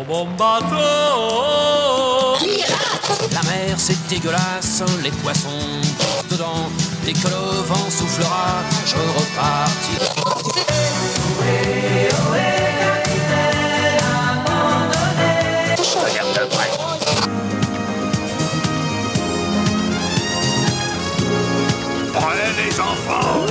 mon bateau. La mer c'est dégueulasse, les poissons dedans. Dès que le vent soufflera, je repartirai. Prêts les enfants?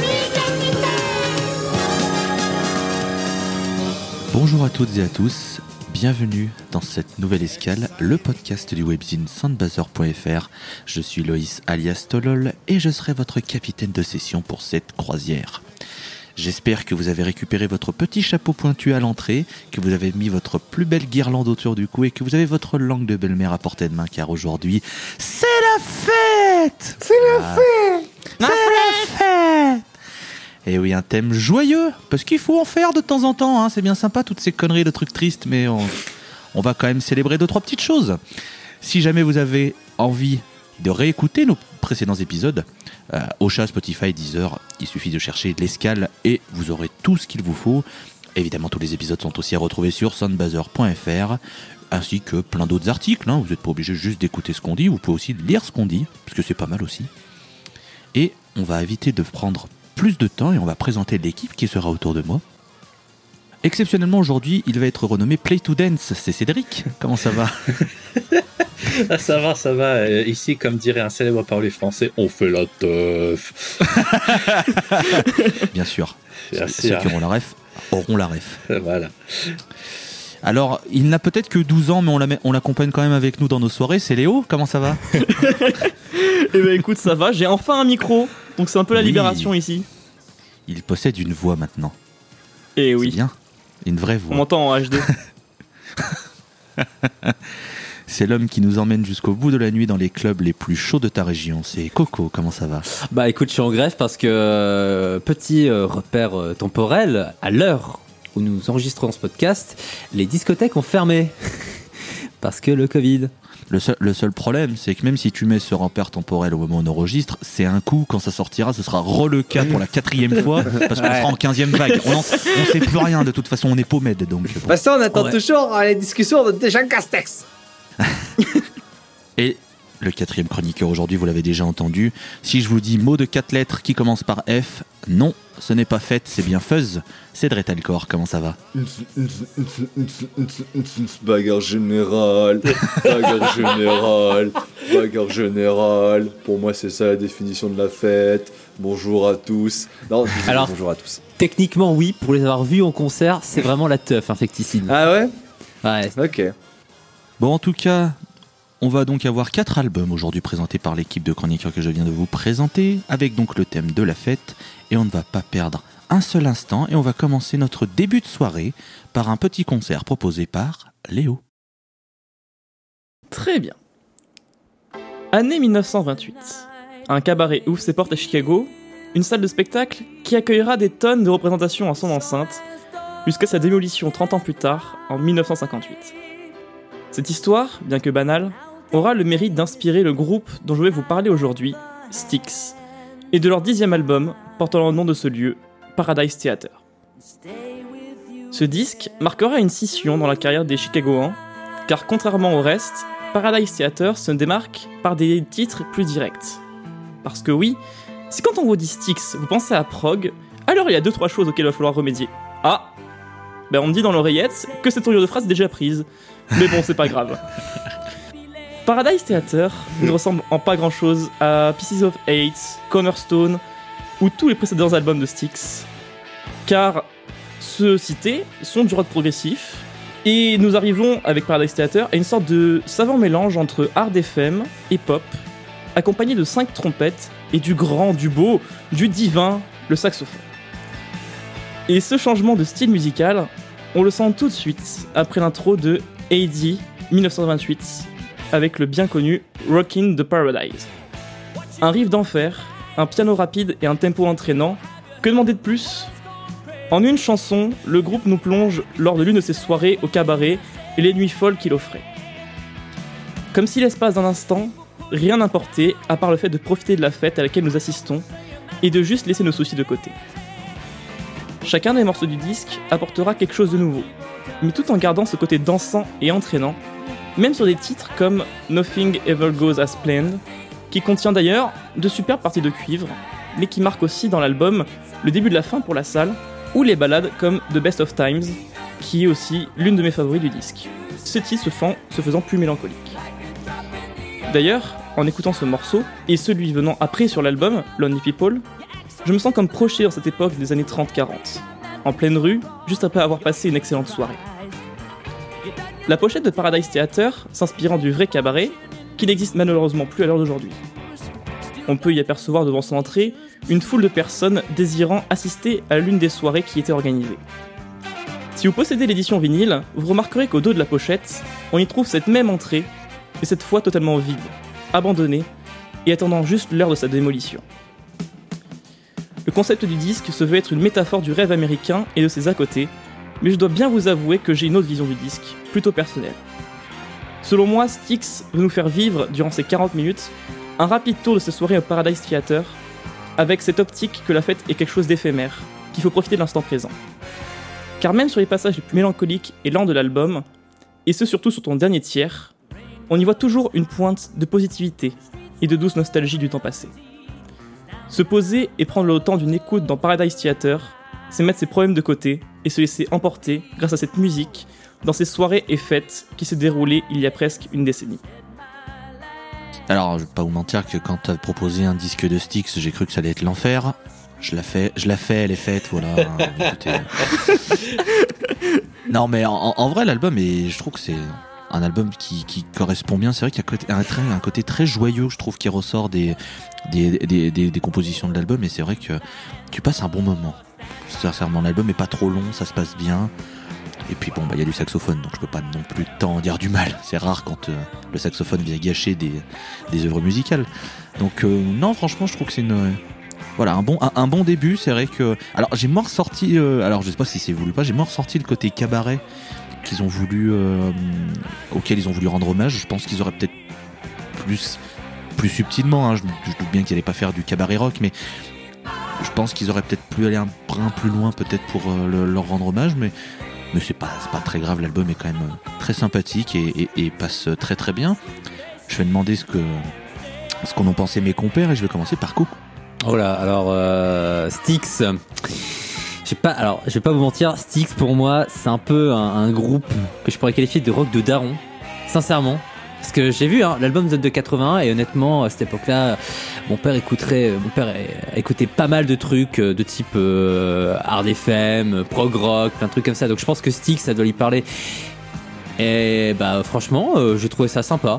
Bonjour à toutes et à tous, bienvenue dans cette nouvelle escale, le podcast du webzine Soundbazer.fr. Je suis Loïs alias Tolol et je serai votre capitaine de session pour cette croisière. J'espère que vous avez récupéré votre petit chapeau pointu à l'entrée, que vous avez mis votre plus belle guirlande autour du cou et que vous avez votre langue de belle-mère à portée de main, car aujourd'hui, c'est la fête! C'est la fête! C'est la fête! Et oui, un thème joyeux, parce qu'il faut en faire de temps en temps, hein. C'est bien sympa toutes ces conneries de trucs tristes, mais on va quand même célébrer 2-3 petites choses. Si jamais vous avez envie de réécouter nos précédents épisodes, Ocha, Spotify, Deezer, il suffit de chercher l'escale et vous aurez tout ce qu'il vous faut. Évidemment, tous les épisodes sont aussi à retrouver sur soundbazer.fr, ainsi que plein d'autres articles, hein. Vous n'êtes pas obligé juste d'écouter ce qu'on dit, vous pouvez aussi lire ce qu'on dit, parce que c'est pas mal aussi. Et on va éviter de prendre plus de temps et on va présenter l'équipe qui sera autour de moi. Exceptionnellement aujourd'hui, il va être renommé Play to Dance. C'est Cédric. Comment ça va? Ah, ça va. Ici, comme dirait un célèbre parolier français, on fait la teuf. Bien sûr. Ceux qui auront la ref auront la ref. Voilà. Alors, il n'a peut-être que 12 ans, mais on l'accompagne quand même avec nous dans nos soirées. C'est Léo. Comment ça va? Eh ben écoute, ça va. J'ai enfin un micro. Donc c'est un peu la libération ici. Il possède une voix maintenant. Et oui. C'est bien. Une vraie voix. On m'entend en HD. C'est l'homme qui nous emmène jusqu'au bout de la nuit dans les clubs les plus chauds de ta région. C'est Coco, comment ça va? Bah écoute, je suis en grève parce que, petit repère temporel, à l'heure où nous enregistrons ce podcast, les discothèques ont fermé. Parce que le Covid. Le seul problème, c'est que même si tu mets ce repère temporel au moment où on enregistre, c'est un coup, quand ça sortira, ce sera le cas pour la 4e fois, parce qu'on sera en 15e vague. On sait plus rien, de toute façon, on est paumède, donc... Bon. Parce qu'on attend toujours les discussions de Jean Castex. Et le 4e chroniqueur aujourd'hui, vous l'avez déjà entendu, si je vous dis mot de 4 lettres qui commence par F, non, ce n'est pas fête, c'est bien fuzz. C'est Dretalcor, comment ça va? Bagarre générale. Pour moi, c'est ça la définition de la fête. Bonjour à tous. Non, alors, bonjour à tous. Techniquement, oui, pour les avoir vus en concert, c'est vraiment la teuf, Infecticide. Ah ouais? Ouais. Ok. Bon, en tout cas, on va donc avoir 4 albums aujourd'hui présentés par l'équipe de chroniqueurs que je viens de vous présenter, avec donc le thème de la fête, et on ne va pas perdre un seul instant, et on va commencer notre début de soirée par un petit concert proposé par Léo. Très bien. Année 1928. Un cabaret ouvre ses portes à Chicago, une salle de spectacle qui accueillera des tonnes de représentations en son enceinte, jusqu'à sa démolition 30 ans plus tard, en 1958. Cette histoire, bien que banale, aura le mérite d'inspirer le groupe dont je vais vous parler aujourd'hui, Styx, et de leur 10e album, portant le nom de ce lieu, Paradise Theater. Ce disque marquera une scission dans la carrière des Chicagoans, car contrairement au reste, Paradise Theater se démarque par des titres plus directs. Parce que oui, si quand on vous dit Styx, vous pensez à prog, alors il y a 2-3 choses auxquelles il va falloir remédier. Ah, ben on me dit dans l'oreillette que cette tournure de phrase est déjà prise, mais bon, c'est pas grave. Paradise Theater ne ressemble en pas grand chose à Pieces of Hate, Cornerstone ou tous les précédents albums de Styx, car ceux cités sont du rock progressif, et nous arrivons avec Paradise Theater à une sorte de savant mélange entre hard FM et pop, accompagné de 5 trompettes et du grand, du beau, du divin, le saxophone. Et ce changement de style musical, on le sent tout de suite après l'intro de AD 1928, avec le bien connu Rockin' the Paradise. Un riff d'enfer, un piano rapide et un tempo entraînant, que demander de plus ? En une chanson, le groupe nous plonge lors de l'une de ses soirées au cabaret et les nuits folles qu'il offrait. Comme si l'espace d'un instant, rien n'importait à part le fait de profiter de la fête à laquelle nous assistons et de juste laisser nos soucis de côté. Chacun des morceaux du disque apportera quelque chose de nouveau, mais tout en gardant ce côté dansant et entraînant, même sur des titres comme Nothing Ever Goes As Planned, qui contient d'ailleurs de superbes parties de cuivre, mais qui marque aussi dans l'album le début de la fin pour la salle, ou les ballades comme The Best of Times, qui est aussi l'une de mes favoris du disque. Ces titres se faisant plus mélancoliques. D'ailleurs, en écoutant ce morceau, et celui venant après sur l'album, Lonely People, je me sens comme projeté dans cette époque des années 30-40, en pleine rue, juste après avoir passé une excellente soirée. La pochette de Paradise Theater s'inspirant du vrai cabaret, qui n'existe malheureusement plus à l'heure d'aujourd'hui. On peut y apercevoir devant son entrée une foule de personnes désirant assister à l'une des soirées qui était organisée. Si vous possédez l'édition vinyle, vous remarquerez qu'au dos de la pochette, on y trouve cette même entrée, mais cette fois totalement vide, abandonnée, et attendant juste l'heure de sa démolition. Le concept du disque se veut être une métaphore du rêve américain et de ses à côté, mais je dois bien vous avouer que j'ai une autre vision du disque, plutôt personnelle. Selon moi, Styx veut nous faire vivre, durant ces 40 minutes, un rapide tour de ces soirées au Paradise Theater, avec cette optique que la fête est quelque chose d'éphémère, qu'il faut profiter de l'instant présent. Car même sur les passages les plus mélancoliques et lents de l'album, et ce surtout sur ton dernier tiers, on y voit toujours une pointe de positivité et de douce nostalgie du temps passé. Se poser et prendre le temps d'une écoute dans Paradise Theater, c'est mettre ses problèmes de côté et se laisser emporter grâce à cette musique dans ces soirées et fêtes qui se déroulaient il y a presque une décennie. Alors, je vais pas vous mentir que quand t'as proposé un disque de Styx, j'ai cru que ça allait être l'enfer. Je la fais, elle est faite, voilà. Écoutez. Non, mais en vrai, l'album, je trouve que c'est un album qui correspond bien. C'est vrai qu'il y a un côté très joyeux, je trouve, qui ressort des compositions de l'album. Et c'est vrai que tu passes un bon moment. Sincèrement, l'album est pas trop long, ça se passe bien. Et puis bon, il y a du saxophone, donc je peux pas non plus tant dire du mal. C'est rare quand le saxophone vient gâcher des œuvres musicales. Donc non, franchement, je trouve que c'est un bon début. C'est vrai que alors j'ai moins ressorti, alors je sais pas si c'est voulu ou pas, j'ai moins ressorti le côté cabaret qu'ils ont voulu, auquel ils ont voulu rendre hommage. Je pense qu'ils auraient peut-être plus subtilement. Hein, je doute bien qu'ils allaient pas faire du cabaret rock, mais je pense qu'ils auraient peut-être pu aller un brin plus loin, peut-être pour leur rendre hommage, mais c'est pas très grave. L'album est quand même très sympathique et passe très très bien. Je vais demander ce qu'en ont pensé mes compères et je vais commencer par Coucou. Oh là, alors Styx. Je vais pas vous mentir, Styx pour moi c'est un peu un groupe que je pourrais qualifier de rock de daron, sincèrement. Parce que j'ai vu l'album date de 81 et honnêtement à cette époque-là, mon père écoutait pas mal de trucs de type hard FM, prog rock, plein de trucs comme ça. Donc je pense que Styx ça doit lui parler. Et bah franchement, j'ai trouvé ça sympa.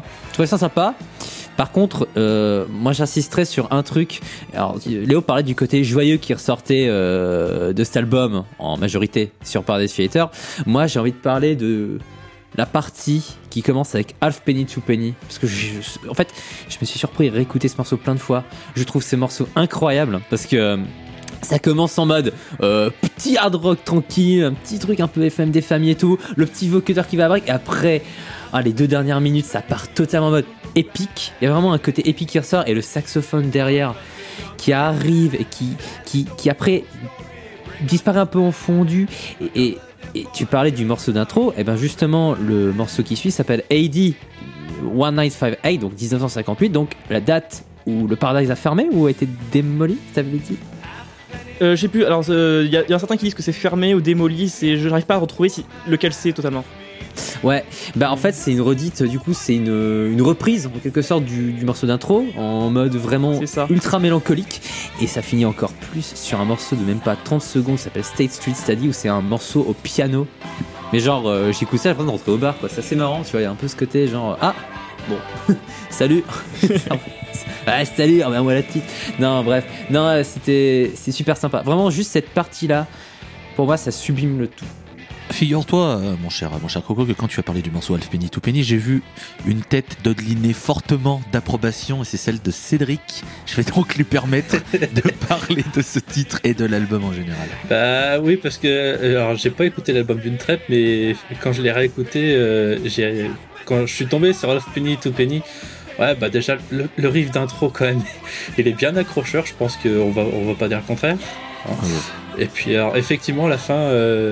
Par contre, moi j'insisterais sur un truc. Alors Léo parlait du côté joyeux qui ressortait de cet album en majorité sur Paradise Theater. Moi j'ai envie de parler de la partie qui commence avec Half Penny to Penny, parce que en fait je me suis surpris à réécouter ce morceau plein de fois. Je trouve ces morceaux incroyables parce que ça commence en mode petit hard rock tranquille, un petit truc un peu FM des familles et tout, le petit vocoder qui va avec, et après les 2 dernières minutes ça part totalement en mode épique. Il y a vraiment un côté épique qui ressort et le saxophone derrière qui arrive et qui après disparaît un peu en fondu et tu parlais du morceau d'intro, et ben justement le morceau qui suit s'appelle AD 1958, donc 1958, donc la date où le Paradise a fermé ou a été démoli, t'avais dit? J'ai plus. Alors, il y a certains qui disent que c'est fermé ou démoli. Je n'arrive pas à retrouver lequel c'est totalement. Ouais, bah en fait c'est une redite, du coup c'est une reprise en quelque sorte du morceau d'intro en mode vraiment ultra mélancolique, et ça finit encore plus sur un morceau de même pas 30 secondes qui s'appelle State Street Study, où c'est un morceau au piano, mais genre j'écoute ça après de rentrer au bar quoi, c'est assez marrant, tu vois, il y a un peu ce côté genre bon salut salut, moi la petite, non bref, non c'est super sympa, vraiment juste cette partie là pour moi ça sublime le tout. Figure-toi, mon cher Coco, que quand tu as parlé du morceau Half Penny to Penny, j'ai vu une tête dodeliner fortement d'approbation, et c'est celle de Cédric. Je vais donc lui permettre de parler de ce titre et de l'album en général. Bah oui, parce que alors j'ai pas écouté l'album d'une traite, mais quand je l'ai réécouté, quand je suis tombé sur Half Penny to Penny, Ouais, bah déjà, le riff d'intro, quand même, il est bien accrocheur, je pense qu'on va pas dire le contraire. Hein. Et puis, alors, effectivement, la fin,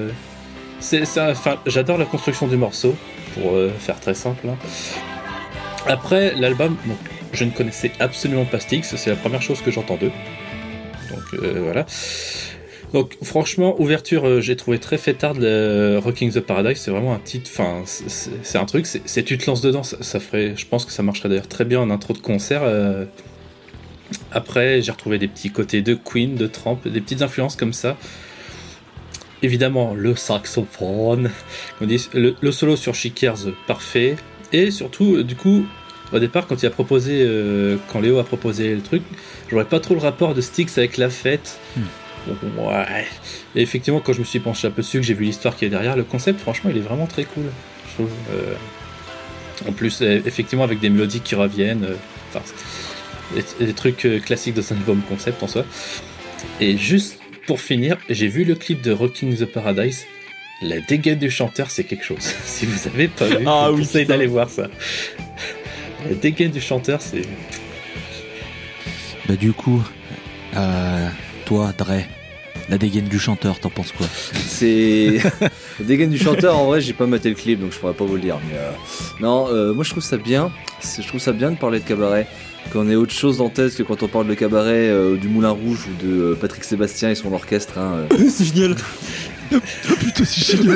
j'adore la construction du morceau, pour faire très simple. Hein. Après, l'album, bon, je ne connaissais absolument pas Styx, c'est la première chose que j'entends d'eux. Donc, voilà. Donc franchement, ouverture, j'ai trouvé très fêtard de Rocking the Paradise. C'est vraiment un titre, enfin, c'est un truc. C'est tu te lances dedans, ça ferait. Je pense que ça marcherait d'ailleurs très bien en intro de concert. Après, j'ai retrouvé des petits côtés de Queen, de Tramp, des petites influences comme ça. Évidemment, le saxophone, on dit, le solo sur She Cares, parfait. Et surtout, du coup, au départ, quand quand Léo a proposé le truc, je voyais pas trop le rapport de Styx avec la fête. Ouais. Et effectivement, quand je me suis penché un peu dessus, que j'ai vu l'histoire qui est derrière, le concept, franchement, il est vraiment très cool, je trouve. En plus, effectivement, avec des mélodies qui reviennent, des trucs classiques de cet album concept en soi. Et juste pour finir, j'ai vu le clip de Rocking the Paradise. La dégaine du chanteur, c'est quelque chose. Si vous avez pas vu, je vous conseille d'aller voir ça. La dégaine du chanteur, c'est... Bah du coup, toi, Dre, la dégaine du chanteur, t'en penses quoi? C'est la dégaine du chanteur. En vrai, j'ai pas maté le clip, donc je pourrais pas vous le dire. Mais non, moi je trouve ça bien. Je trouve ça bien de parler de cabaret. Quand on est autre chose en tête que quand on parle de cabaret du Moulin Rouge ou de Patrick Sébastien et son orchestre. Hein, c'est génial. Oh putain, c'est génial.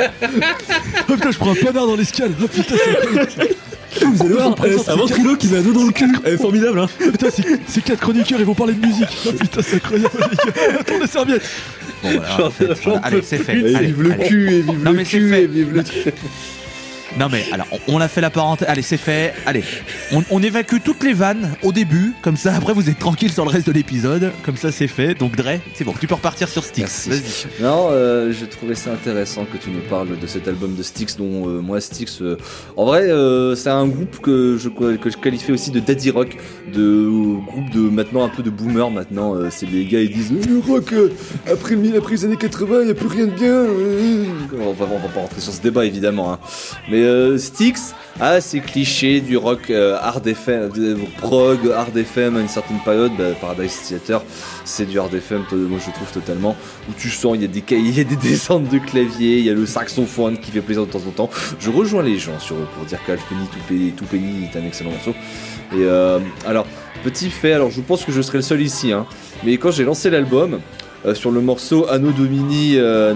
Oh putain, je prends un panard dans l'escale. Oh putain, c'est... Vous allez voir, c'est un ventrilo qui met un dos dans le cul. Formidable, hein. Putain, c'est 4 chroniqueurs, ils vont parler de musique. Oh putain, c'est incroyable, les gars. Attends, la serviette. Bon, voilà, allez, c'est fait. Et vive le cul, et vive le cul, et vive le cul. Non mais alors on a fait la parenthèse, allez c'est fait, allez on évacue toutes les vannes au début, comme ça après vous êtes tranquille sur le reste de l'épisode, comme ça c'est fait, donc Dre, c'est bon, tu peux repartir sur Styx. Vas-y. Non, j'ai trouvé ça intéressant que tu nous parles de cet album de Styx, dont moi Styx, en vrai c'est un groupe que je qualifie aussi de daddy rock, de groupe de maintenant un peu de boomer maintenant, c'est les gars ils disent le rock après les années 80 y a plus rien de bien, on va pas rentrer sur ce débat évidemment, hein. Mais Styx a ces clichés du rock hard FM, prog, hard FM à une certaine période. Paradise Theater, c'est du hard FM, moi je trouve totalement, où tu sens il y a des descentes de clavier, il y a le saxophone qui fait plaisir de temps en temps. Je rejoins les gens pour dire qu'Halfpenny Tout Penny est un excellent morceau. Et alors, petit fait, alors je pense que je serai le seul ici, hein, mais quand j'ai lancé l'album, sur le morceau Anno Domini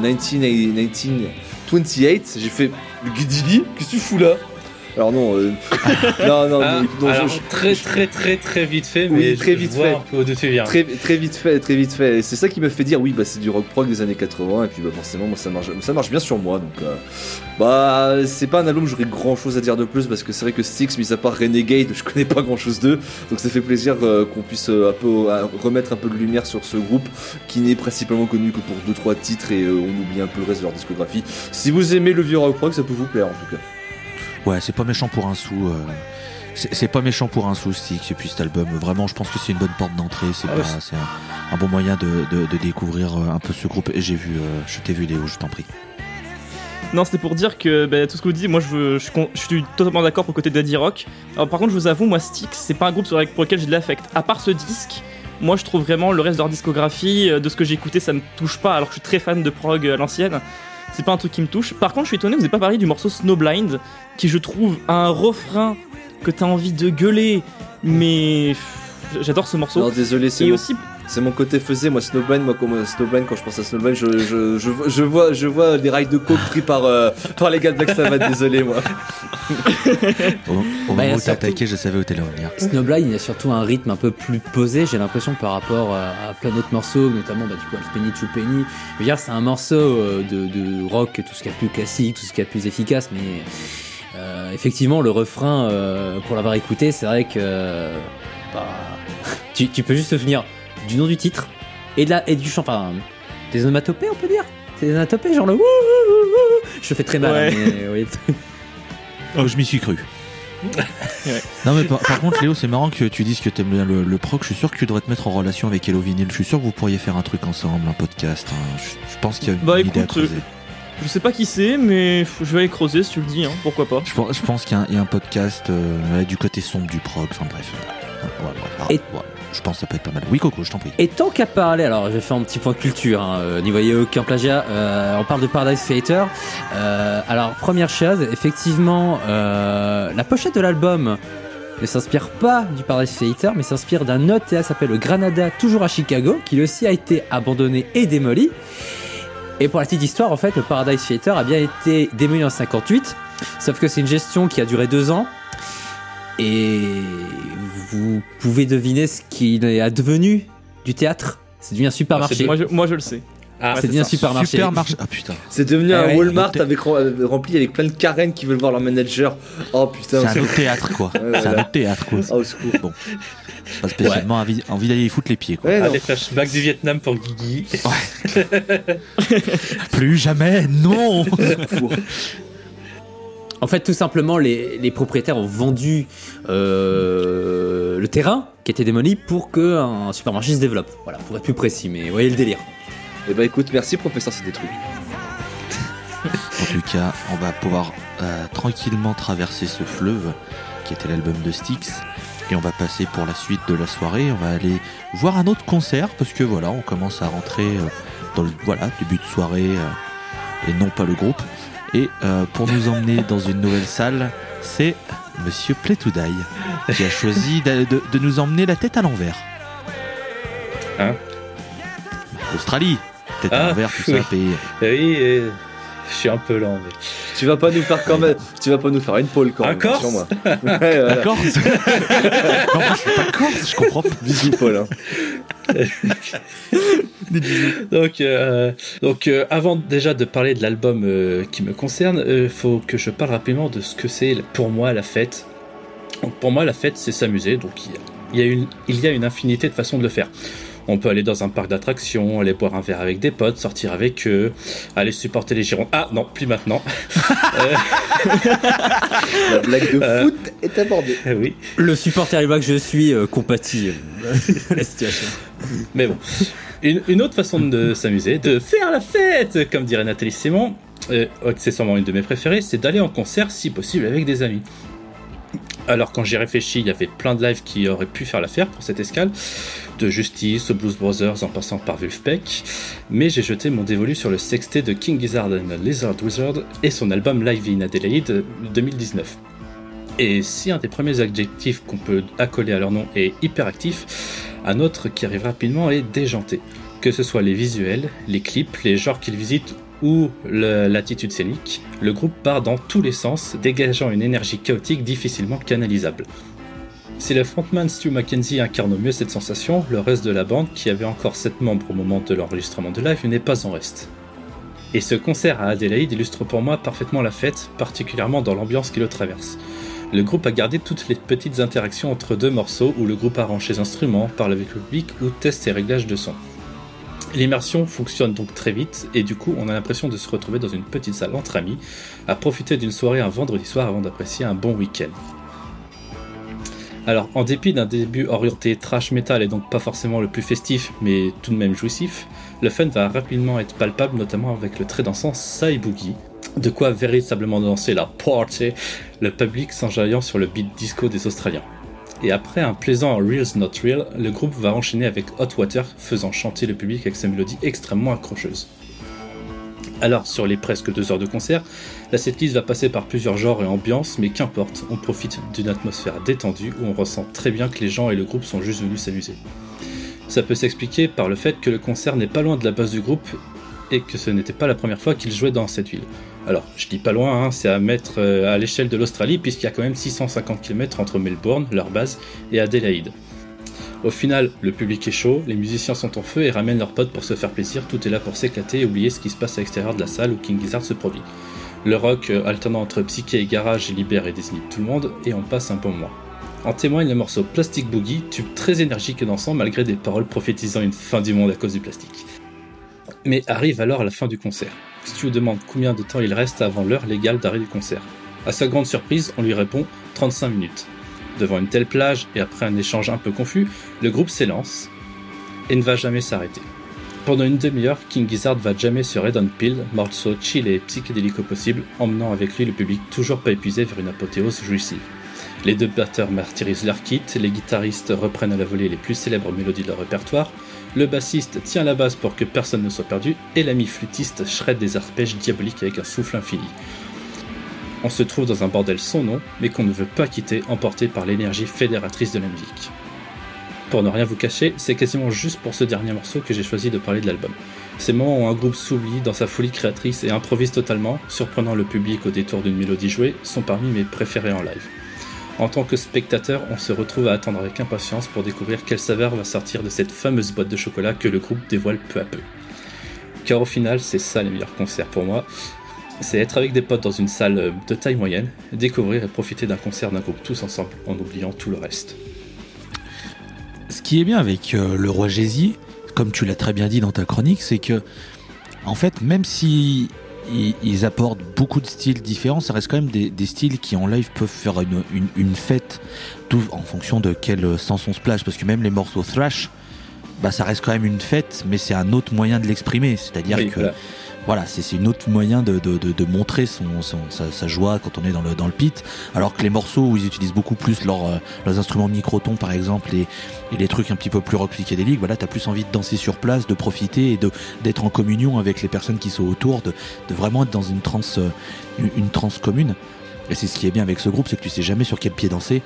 1928, j'ai fait Guidili, qu'est-ce que tu fous là? Alors non, non, alors, très vite fait, mais oui, très vite fait. Un peu d'où tu viens. Très vite fait. Et c'est ça qui me fait dire oui, c'est du rock prog des années 80 et puis forcément moi ça marche bien sur moi, donc c'est pas un album où j'aurais grand chose à dire de plus parce que c'est vrai que Styx, mis à part Renegade, je connais pas grand chose d'eux, donc ça fait plaisir qu'on puisse remettre un peu de lumière sur ce groupe qui n'est principalement connu que pour 2-3 titres et on oublie un peu le reste de leur discographie. Si vous aimez le vieux rock prog, ça peut vous plaire en tout cas. Ouais, c'est pas méchant pour un sou. C'est pas méchant pour un sou, Styx. Et puis cet album, vraiment, je pense que c'est une bonne porte d'entrée. C'est un bon moyen de découvrir un peu ce groupe. Et je t'ai vu, Léo, je t'en prie. Non, c'était pour dire que tout ce que vous dites, moi je suis totalement d'accord pour le côté de Daddy Rock. Alors, par contre, je vous avoue, moi Styx, c'est pas un groupe pour lequel j'ai de l'affect. À part ce disque, moi je trouve vraiment le reste de leur discographie, de ce que j'ai écouté, ça me touche pas. Alors que je suis très fan de prog à l'ancienne. C'est pas un truc qui me touche. Par contre, je suis étonné que vous n'ayez pas parlé du morceau Snowblind, qui je trouve a un refrain que t'as envie de gueuler, mais j'adore ce morceau. Non, désolé, c'est mon côté faisait. Moi, Snowblind, quand je pense à Snowblind, je vois des rails de coke pris par les gars de Black Sabbath. Désolé, moi. Au moment où t'as attaqué, je savais où t'allais revenir. Snowblind, il y a surtout un rythme un peu plus posé, j'ai l'impression, par rapport à plein d'autres morceaux, notamment du coup Halfpenny Two Penny. Je veux dire, c'est un morceau de rock, tout ce qu'il y a de plus classique, tout ce qu'il y a de plus efficace, mais effectivement, le refrain, pour l'avoir écouté, c'est vrai que tu peux juste te souvenir du nom du titre et du chant, enfin des onomatopées, on peut dire. C'est des onomatopées, genre le wouh. Je fais très mal, ouais. Mais oui. Oh, je m'y suis cru. Ouais. Non mais par contre Léo, c'est marrant que tu dises que t'aimes bien le prog. Je suis sûr que tu devrais te mettre en relation avec Hello Vinyl. Je suis sûr que vous pourriez faire un truc ensemble, un podcast, hein. Je pense qu'il y a une idée à creuser. Je sais pas qui c'est, mais je vais aller creuser si tu le dis, hein, pourquoi pas. Je pense qu'il y a un podcast du côté sombre du prog, enfin bref. Ouais, bref. Et- Ouais, je pense que ça peut être pas mal. Oui, Coco, je t'en prie. Et tant qu'à parler, alors je vais faire un petit point culture, n'y voyez aucun plagiat, on parle de Paradise Theater. Alors première chose, effectivement, la pochette de l'album ne s'inspire pas du Paradise Theater, mais s'inspire d'un autre théâtre qui s'appelle le Granada, toujours à Chicago, qui lui aussi a été abandonné et démoli. Et pour la petite histoire, en fait, le Paradise Theater a bien été démoli en 58, sauf que c'est une gestion qui a duré 2 ans. Et vous pouvez deviner ce qu'il est advenu du théâtre. C'est devenu un supermarché. Moi je le sais. Ah, C'est devenu un supermarché. Supermarché. Ah putain. C'est devenu Ah un ouais. Walmart rempli avec plein de Karen qui veulent voir leur manager. Oh putain. C'est un autre théâtre, quoi. Ouais, C'est un voilà. autre théâtre, quoi. Ah, au secours. Bon. Pas spécialement envie d'aller y foutre les pieds, quoi. Ouais, non. les flashbacks du Vietnam pour Guigui. Plus jamais, non. En fait, tout simplement, les propriétaires ont vendu le terrain qui était démoli pour qu'un supermarché se développe. Voilà, pour être plus précis, mais vous voyez le délire. Eh bah écoute, merci professeur, c'est des trucs. En tout cas, on va pouvoir tranquillement traverser ce fleuve qui était l'album de Styx. Et on va passer pour la suite de la soirée. On va aller voir un autre concert parce que voilà, on commence à rentrer dans le début de soirée et non pas le groupe. Et pour nous emmener dans une nouvelle salle, c'est Monsieur Play to Die qui a choisi de nous emmener la tête à l'envers. Hein? Australie, tête à Ah, l'envers, tout oui. ça, pays. Oui, je suis un peu lent. Mais... Tu vas pas nous faire quand même. Tu vas pas nous faire une pole quand Un même. Corse sur moi. Ouais, voilà. D'accord. Non, je suis pas corse, je comprends pas. Bisous Paul. Hein. Donc, avant déjà de parler de l'album qui me concerne, faut que je parle rapidement de ce que c'est pour moi la fête. Donc, pour moi, la fête, c'est s'amuser. Donc, il y a une infinité de façons de le faire. On peut aller dans un parc d'attractions, aller boire un verre avec des potes, sortir avec eux, aller supporter les Girondins. Ah non, plus maintenant. La blague de foot est abordée. Oui. Le supporter rival que je suis compatit à la situation. Mais bon, une autre façon de s'amuser, de faire la fête, comme dirait Nathalie Simon, accessoirement une de mes préférées, c'est d'aller en concert, si possible, avec des amis. Alors quand j'y réfléchis, il y avait plein de lives qui auraient pu faire l'affaire pour cette escale, de Justice, aux Blues Brothers, en passant par Wolfpack, mais j'ai jeté mon dévolu sur le sextet de King Gizzard and the Lizard Wizard et son album Live in Adelaide 2019. Et si un des premiers adjectifs qu'on peut accoler à leur nom est hyperactif, un autre qui arrive rapidement est déjanté. Que ce soit les visuels, les clips, les genres qu'ils visitent ou l'attitude scénique, le groupe part dans tous les sens, dégageant une énergie chaotique difficilement canalisable. Si le frontman Stu Mackenzie incarne au mieux cette sensation, le reste de la bande, qui avait encore 7 membres au moment de l'enregistrement de live, n'est pas en reste. Et ce concert à Adélaïde illustre pour moi parfaitement la fête, particulièrement dans l'ambiance qui le traverse. Le groupe a gardé toutes les petites interactions entre deux morceaux où le groupe arrange ses instruments, parle avec le public ou teste ses réglages de son. L'immersion fonctionne donc très vite et du coup on a l'impression de se retrouver dans une petite salle entre amis, à profiter d'une soirée un vendredi soir avant d'apprécier un bon week-end. Alors en dépit d'un début orienté thrash metal et donc pas forcément le plus festif mais tout de même jouissif, le fun va rapidement être palpable notamment avec le très dansant Psy Boogie, de quoi véritablement danser la party, le public s'enjaillant sur le beat disco des Australiens. Et après un plaisant Reals Not Real, le groupe va enchaîner avec Hot Water, faisant chanter le public avec sa mélodie extrêmement accrocheuse. Alors, sur les presque 2 heures de concert, la setlist va passer par plusieurs genres et ambiances, mais qu'importe, on profite d'une atmosphère détendue où on ressent très bien que les gens et le groupe sont juste venus s'amuser. Ça peut s'expliquer par le fait que le concert n'est pas loin de la base du groupe et que ce n'était pas la première fois qu'ils jouaient dans cette ville. Alors, je dis pas loin, c'est à mettre à l'échelle de l'Australie, puisqu'il y a quand même 650 km entre Melbourne, leur base, et Adélaïde. Au final, le public est chaud, les musiciens sont en feu et ramènent leurs potes pour se faire plaisir, tout est là pour s'éclater et oublier ce qui se passe à l'extérieur de la salle où King Gizzard se produit. Le rock, alternant entre psyché et garage, libère et désinhibe tout le monde, et on passe un bon moment. En témoigne le morceau Plastic Boogie, tube très énergique et dansant malgré des paroles prophétisant une fin du monde à cause du plastique. Mais arrive alors la fin du concert. Stu demande combien de temps il reste avant l'heure légale d'arrêt du concert. À sa grande surprise, on lui répond 35 minutes. Devant une telle plage et après un échange un peu confus, le groupe s'élance et ne va jamais s'arrêter. Pendant une demi-heure, King Gizzard va jammer sur Red on Pill, morceau chill et psychédélique au possible, emmenant avec lui le public toujours pas épuisé vers une apothéose jouissive. Les deux batteurs martyrisent leur kit, les guitaristes reprennent à la volée les plus célèbres mélodies de leur répertoire, le bassiste tient la basse pour que personne ne soit perdu, et l'ami flûtiste shred des arpèges diaboliques avec un souffle infini. On se trouve dans un bordel sans nom, mais qu'on ne veut pas quitter, emporté par l'énergie fédératrice de la musique. Pour ne rien vous cacher, c'est quasiment juste pour ce dernier morceau que j'ai choisi de parler de l'album. Ces moments où un groupe s'oublie dans sa folie créatrice et improvise totalement, surprenant le public au détour d'une mélodie jouée, sont parmi mes préférés en live. En tant que spectateur, on se retrouve à attendre avec impatience pour découvrir quelle saveur va sortir de cette fameuse boîte de chocolat que le groupe dévoile peu à peu. Car au final, c'est ça les meilleurs concerts pour moi. C'est être avec des potes dans une salle de taille moyenne, découvrir et profiter d'un concert d'un groupe tous ensemble en oubliant tout le reste. Ce qui est bien avec le Roi Gézy, comme tu l'as très bien dit dans ta chronique, c'est que, en fait, même si ils apportent beaucoup de styles différents, ça reste quand même des styles qui en live peuvent faire une fête, tout en fonction de quel sens on se place, parce que même les morceaux thrash, bah ça reste quand même une fête, mais c'est un autre moyen de l'exprimer, c'est-à-dire que voilà, c'est une autre moyen de montrer sa joie quand on est dans le pit, alors que les morceaux où ils utilisent beaucoup plus leurs instruments microtons par exemple et les trucs un petit peu plus rock psychédéliques, voilà, t'as plus envie de danser sur place, de profiter et d'être en communion avec les personnes qui sont autour, de vraiment être dans une transe commune. Et c'est ce qui est bien avec ce groupe, c'est que tu sais jamais sur quel pied danser,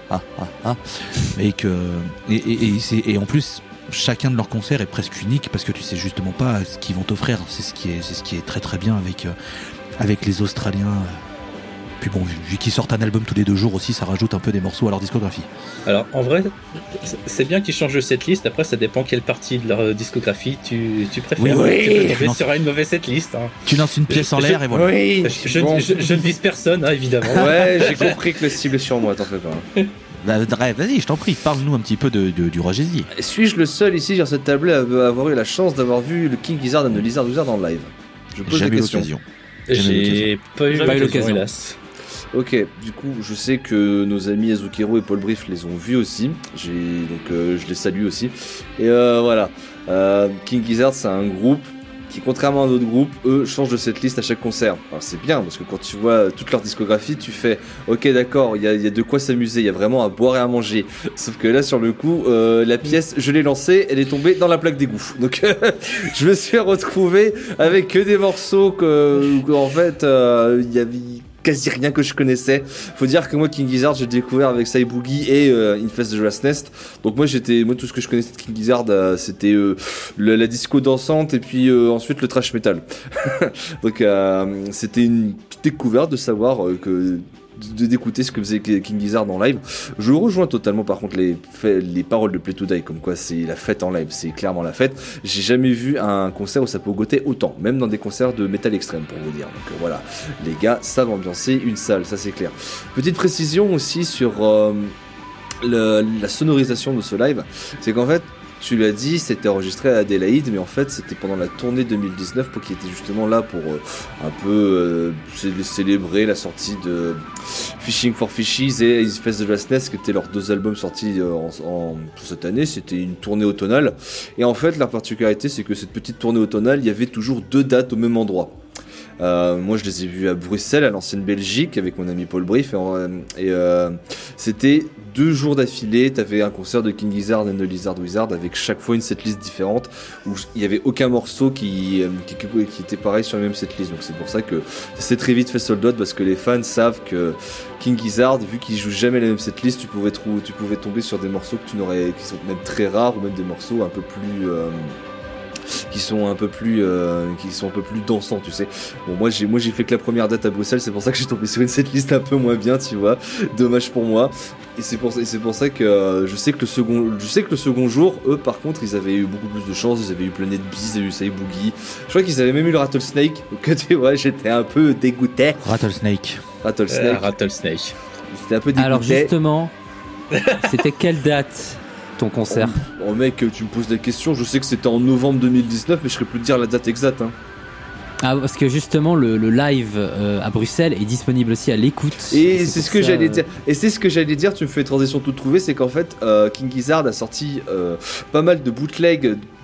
et en plus chacun de leurs concerts est presque unique parce que tu sais justement pas ce qu'ils vont t'offrir. C'est ce qui est très très bien avec les Australiens. Puis bon, vu qu'ils sortent un album tous les 2 jours aussi, ça rajoute un peu des morceaux à leur discographie. Alors en vrai, c'est bien qu'ils changent de setlist. Après, ça dépend quelle partie de leur discographie tu préfères. Oui, tu peux tomber sur une mauvaise setlist. Hein. Tu lances une pièce en l'air et voilà. Oui, Je ne vise personne, hein, évidemment. Ouais, j'ai compris que le cible est sur moi, t'en fais pas. Vas-y, je t'en prie, parle-nous un petit peu du Roi Gézy. Suis-je le seul ici sur cette table à avoir eu la chance d'avoir vu le King Gizzard and the Lizard Wizard en live? Je pose la question. J'ai pas eu l'occasion, hélas. Ok, du coup, je sais que nos amis Azukero et Paul Brief les ont vus aussi. Je les salue aussi. Et voilà. King Gizzard, c'est un groupe qui, contrairement à d'autres groupes, eux, changent de setlist à chaque concert. Alors c'est bien, parce que quand tu vois toute leur discographie, tu fais ok, d'accord, il y a de quoi s'amuser, il y a vraiment à boire et à manger. Sauf que là, sur le coup, la pièce, je l'ai lancée, elle est tombée dans la plaque d'égout. Donc je me suis retrouvé avec que des morceaux en fait, il y avait quasi rien que je connaissais. Faut dire que moi, King Gizzard, j'ai découvert avec Sai Boogie et Infest the Brass Nest. Donc moi, tout ce que je connaissais de King Gizzard, c'était la disco dansante et puis ensuite le thrash metal. Donc c'était une petite découverte de savoir d'écouter ce que faisait King Gizzard en live. Je rejoins totalement par contre les paroles de Play to Die, comme quoi c'est la fête en live, c'est clairement la fête. J'ai jamais vu un concert où ça peut goûter autant, même dans des concerts de métal extrême pour vous dire. Donc voilà, les gars savent ambiancer une salle, ça c'est clair. Petite précision aussi sur la sonorisation de ce live, c'est qu'en fait, tu l'as dit, c'était enregistré à Adélaïde, mais en fait c'était pendant la tournée 2019 pour qu'il était justement là pour un peu célébrer la sortie de Fishing for Fishies et Infest the Brass Nest, qui étaient leurs 2 albums sortis pour cette année. C'était une tournée automnale, et en fait la particularité c'est que cette petite tournée automnale, il y avait toujours 2 dates au même endroit. Moi je les ai vus à Bruxelles, à l'ancienne Belgique, avec mon ami Paul Brief, et c'était 2 jours d'affilée. T'avais un concert de King Gizzard and the Lizard Wizard avec chaque fois une setlist différente où il y avait aucun morceau qui était pareil sur la même setlist. Donc c'est pour ça que c'est très vite fait sold out, parce que les fans savent que King Gizzard, vu qu'ils jouent jamais la même setlist, tu pouvais tomber sur des morceaux qui sont même très rares, ou même des morceaux un peu plus qui sont un peu plus dansants, tu sais. Bon, moi j'ai fait que la première date à Bruxelles, c'est pour ça que j'ai tombé sur une setlist un peu moins bien, tu vois. Dommage pour moi. Et c'est pour ça que je sais que le second jour, eux par contre, ils avaient eu beaucoup plus de chance. Ils avaient eu Planet Beast, ils avaient eu Sai Boogie. Je crois qu'ils avaient même eu le Rattlesnake. Donc tu vois, j'étais un peu dégoûté. Rattlesnake. J'étais un peu dégoûté. Alors justement, c'était quelle date ton concert? Oh mec, tu me poses des questions. Je sais que c'était en novembre 2019, mais je serais plus de dire la date exacte. Hein. Ah, parce que justement le live à Bruxelles est disponible aussi à l'écoute. Et c'est ce que j'allais dire. Et c'est ce que j'allais dire. Tu me fais une transition toute trouvée, c'est qu'en fait King Gizzard a sorti pas mal de bootlegs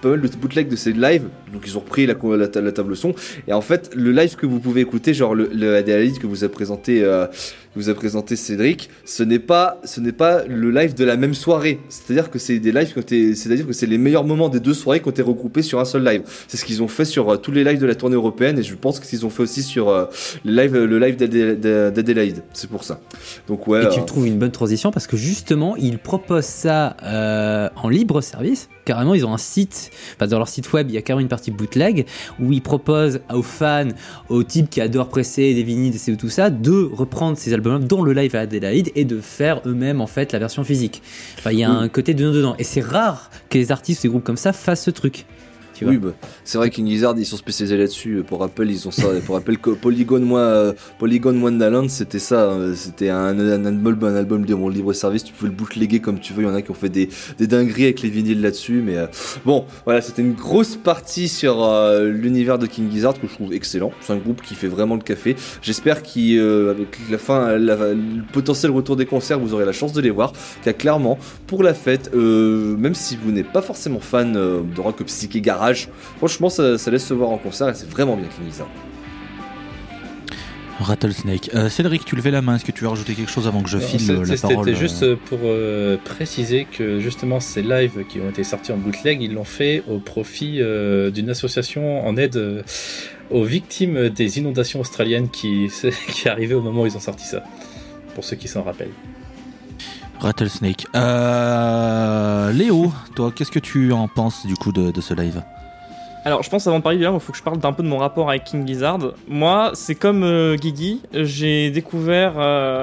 pas mal de bootlegs de ces lives, donc ils ont repris la table son, et en fait le live que vous pouvez écouter, genre le Adélaïde que vous a présenté Cédric, ce n'est pas le live de la même soirée, c'est-à-dire que c'est des lives c'est-à-dire que c'est les meilleurs moments des deux soirées qui ont été regroupés sur un seul live. C'est ce qu'ils ont fait sur tous les lives de la tournée européenne, et je pense qu'ils ont fait aussi sur le live d'Adélaïde, c'est pour ça. Donc ouais. Et tu trouves une bonne transition parce que justement ils proposent ça en libre service. Carrément, ils ont un site, enfin dans leur site web, il y a carrément une partie bootleg où ils proposent aux fans, aux types qui adorent presser des vinyles, des CD, tout ça, de reprendre ces albums dont le live à Adélaïde et de faire eux-mêmes en fait la version physique. Enfin, il y a un côté dedans. Et c'est rare que les artistes, ces groupes comme ça, fassent ce truc. Oui, bah, c'est vrai qu'King Gizzard ils sont spécialisés là-dessus. Pour rappel, ils ont ça. Pour rappel, Polygon Wonderland, c'était ça. C'était un album de libre service. Tu pouvais le bootleguer comme tu veux. Il y en a qui ont fait des dingueries avec les vinyles là-dessus. Mais bon, voilà, c'était une grosse partie sur l'univers de King Gizzard que je trouve excellent. C'est un groupe qui fait vraiment le café. J'espère qu'avec le potentiel retour des concerts, vous aurez la chance de les voir. Car clairement, pour la fête, même si vous n'êtes pas forcément fan de rock psyché garage, franchement ça laisse se voir en concert et c'est vraiment bien King Gizzard. Rattlesnake. Cédric, tu levais la main, est-ce que tu veux rajouter quelque chose avant que je file la parole? C'était juste pour préciser que justement ces lives qui ont été sortis en bootleg, ils l'ont fait au profit d'une association en aide aux victimes des inondations australiennes qui est arrivée au moment où ils ont sorti ça, pour ceux qui s'en rappellent. Rattlesnake. Léo, toi, qu'est-ce que tu en penses du coup de ce live? Alors, je pense avant de parler du live, il faut que je parle d'un peu de mon rapport avec King Gizzard. Moi, c'est comme Guigui, j'ai découvert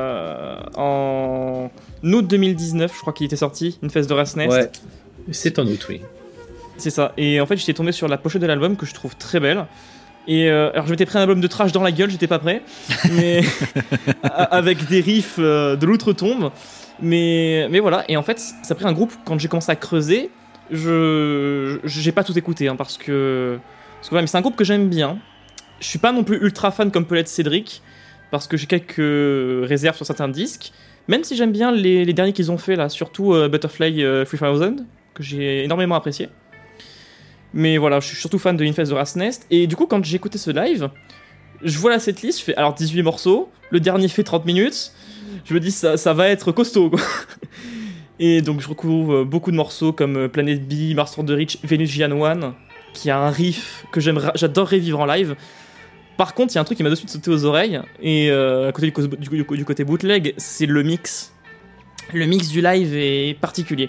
en août 2019, je crois qu'il était sorti, une fête de Race Nest. Ouais, c'est en août, oui. C'est ça, et en fait j'étais tombé sur la pochette de l'album que je trouve très belle. Et alors je m'étais pris un album de trash dans la gueule, j'étais pas prêt, mais avec des riffs de l'outre-tombe. Mais voilà, et en fait, ça a pris un groupe, quand j'ai commencé à creuser, j'ai pas tout écouté, hein, parce que ouais, mais c'est un groupe que j'aime bien. Je suis pas non plus ultra fan comme peut l'être Cédric, parce que j'ai quelques réserves sur certains disques, même si j'aime bien les derniers qu'ils ont fait, là, surtout Butterfly 3000, que j'ai énormément apprécié. Mais voilà, je suis surtout fan de Infest de Race Nest, et du coup, quand j'ai écouté ce live, je vois la setlist, je fais alors 18 morceaux, le dernier fait 30 minutes, je me dis ça va être costaud quoi. Et donc je retrouve beaucoup de morceaux comme Planet B, Mars of the Rich, Venus Giant One, qui a un riff que j'adorerais vivre en live. Par contre, il y a un truc qui m'a de suite sauté aux oreilles, et à côté du côté bootleg, c'est le mix. Le mix du live est particulier.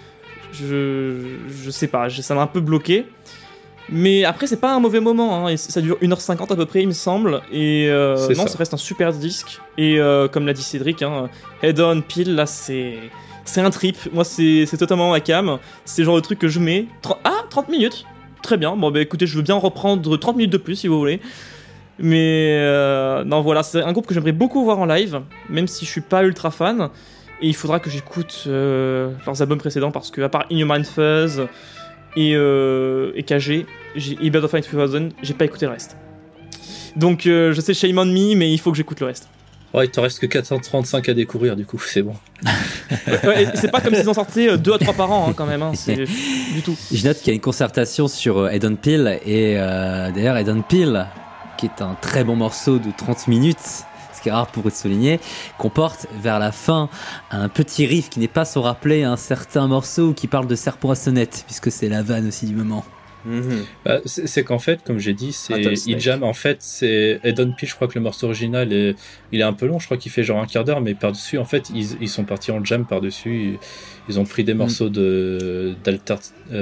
Je sais pas, ça m'a un peu bloqué. Mais après, c'est pas un mauvais moment, hein, et ça dure 1h50 à peu près, il me semble. Et non, ça reste un super disque. Et comme l'a dit Cédric, hein, Head On, Peel, là, c'est un trip. Moi, c'est totalement ma cam. C'est le genre de truc que je mets. 30 minutes. Très bien. Bon, bah écoutez, je veux bien reprendre 30 minutes de plus si vous voulez. Mais non, voilà, c'est un groupe que j'aimerais beaucoup voir en live, même si je suis pas ultra fan. Et il faudra que j'écoute leurs albums précédents, parce que, à part Inhuman Fuzz et KG, et Bird of Night 2000, j'ai pas écouté le reste. Donc je sais, shame on me, mais il faut que j'écoute le reste. Ouais, il te reste que 435 à découvrir, du coup, c'est bon. Ouais, c'est pas comme s'ils en sortaient 2 à 3 par an, hein, quand même, hein, c'est du tout. Je note qu'il y a une concertation sur Head On Peel, et d'ailleurs Head On Peel, qui est un très bon morceau de 30 minutes, ce qui est rare pour être souligné, comporte vers la fin un petit riff qui n'est pas sans rappeler un certain morceau qui parle de serpent à sonnette, puisque c'est la vanne aussi du moment. Bah, c'est qu'en fait, comme j'ai dit, il jam. En fait, c'est Head On Peel. Je crois que le morceau original il est un peu long. Je crois qu'il fait genre un quart d'heure, mais par dessus, en fait, ils sont partis en jam par dessus. Ils ont pris des morceaux d'Altered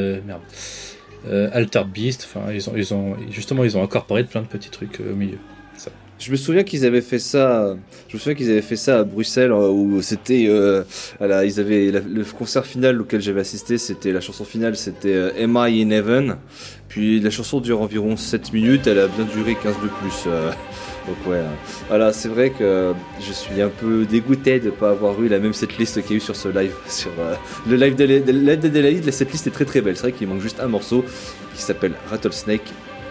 Beast. Enfin, ils ont incorporé plein de petits trucs au milieu. Ça. Je me souviens qu'ils avaient fait ça. À Bruxelles, où c'était, ils avaient le concert final auquel j'avais assisté. C'était la chanson finale, c'était Am I in Heaven. Puis la chanson dure environ 7 minutes. Elle a bien duré 15 de plus. Donc ouais, voilà, c'est vrai que je suis un peu dégoûté de ne pas avoir eu la même setlist qu'il y a eu sur ce live. Sur le live d'Adélaïde, la setlist est très très belle. C'est vrai qu'il manque juste un morceau qui s'appelle Rattlesnake,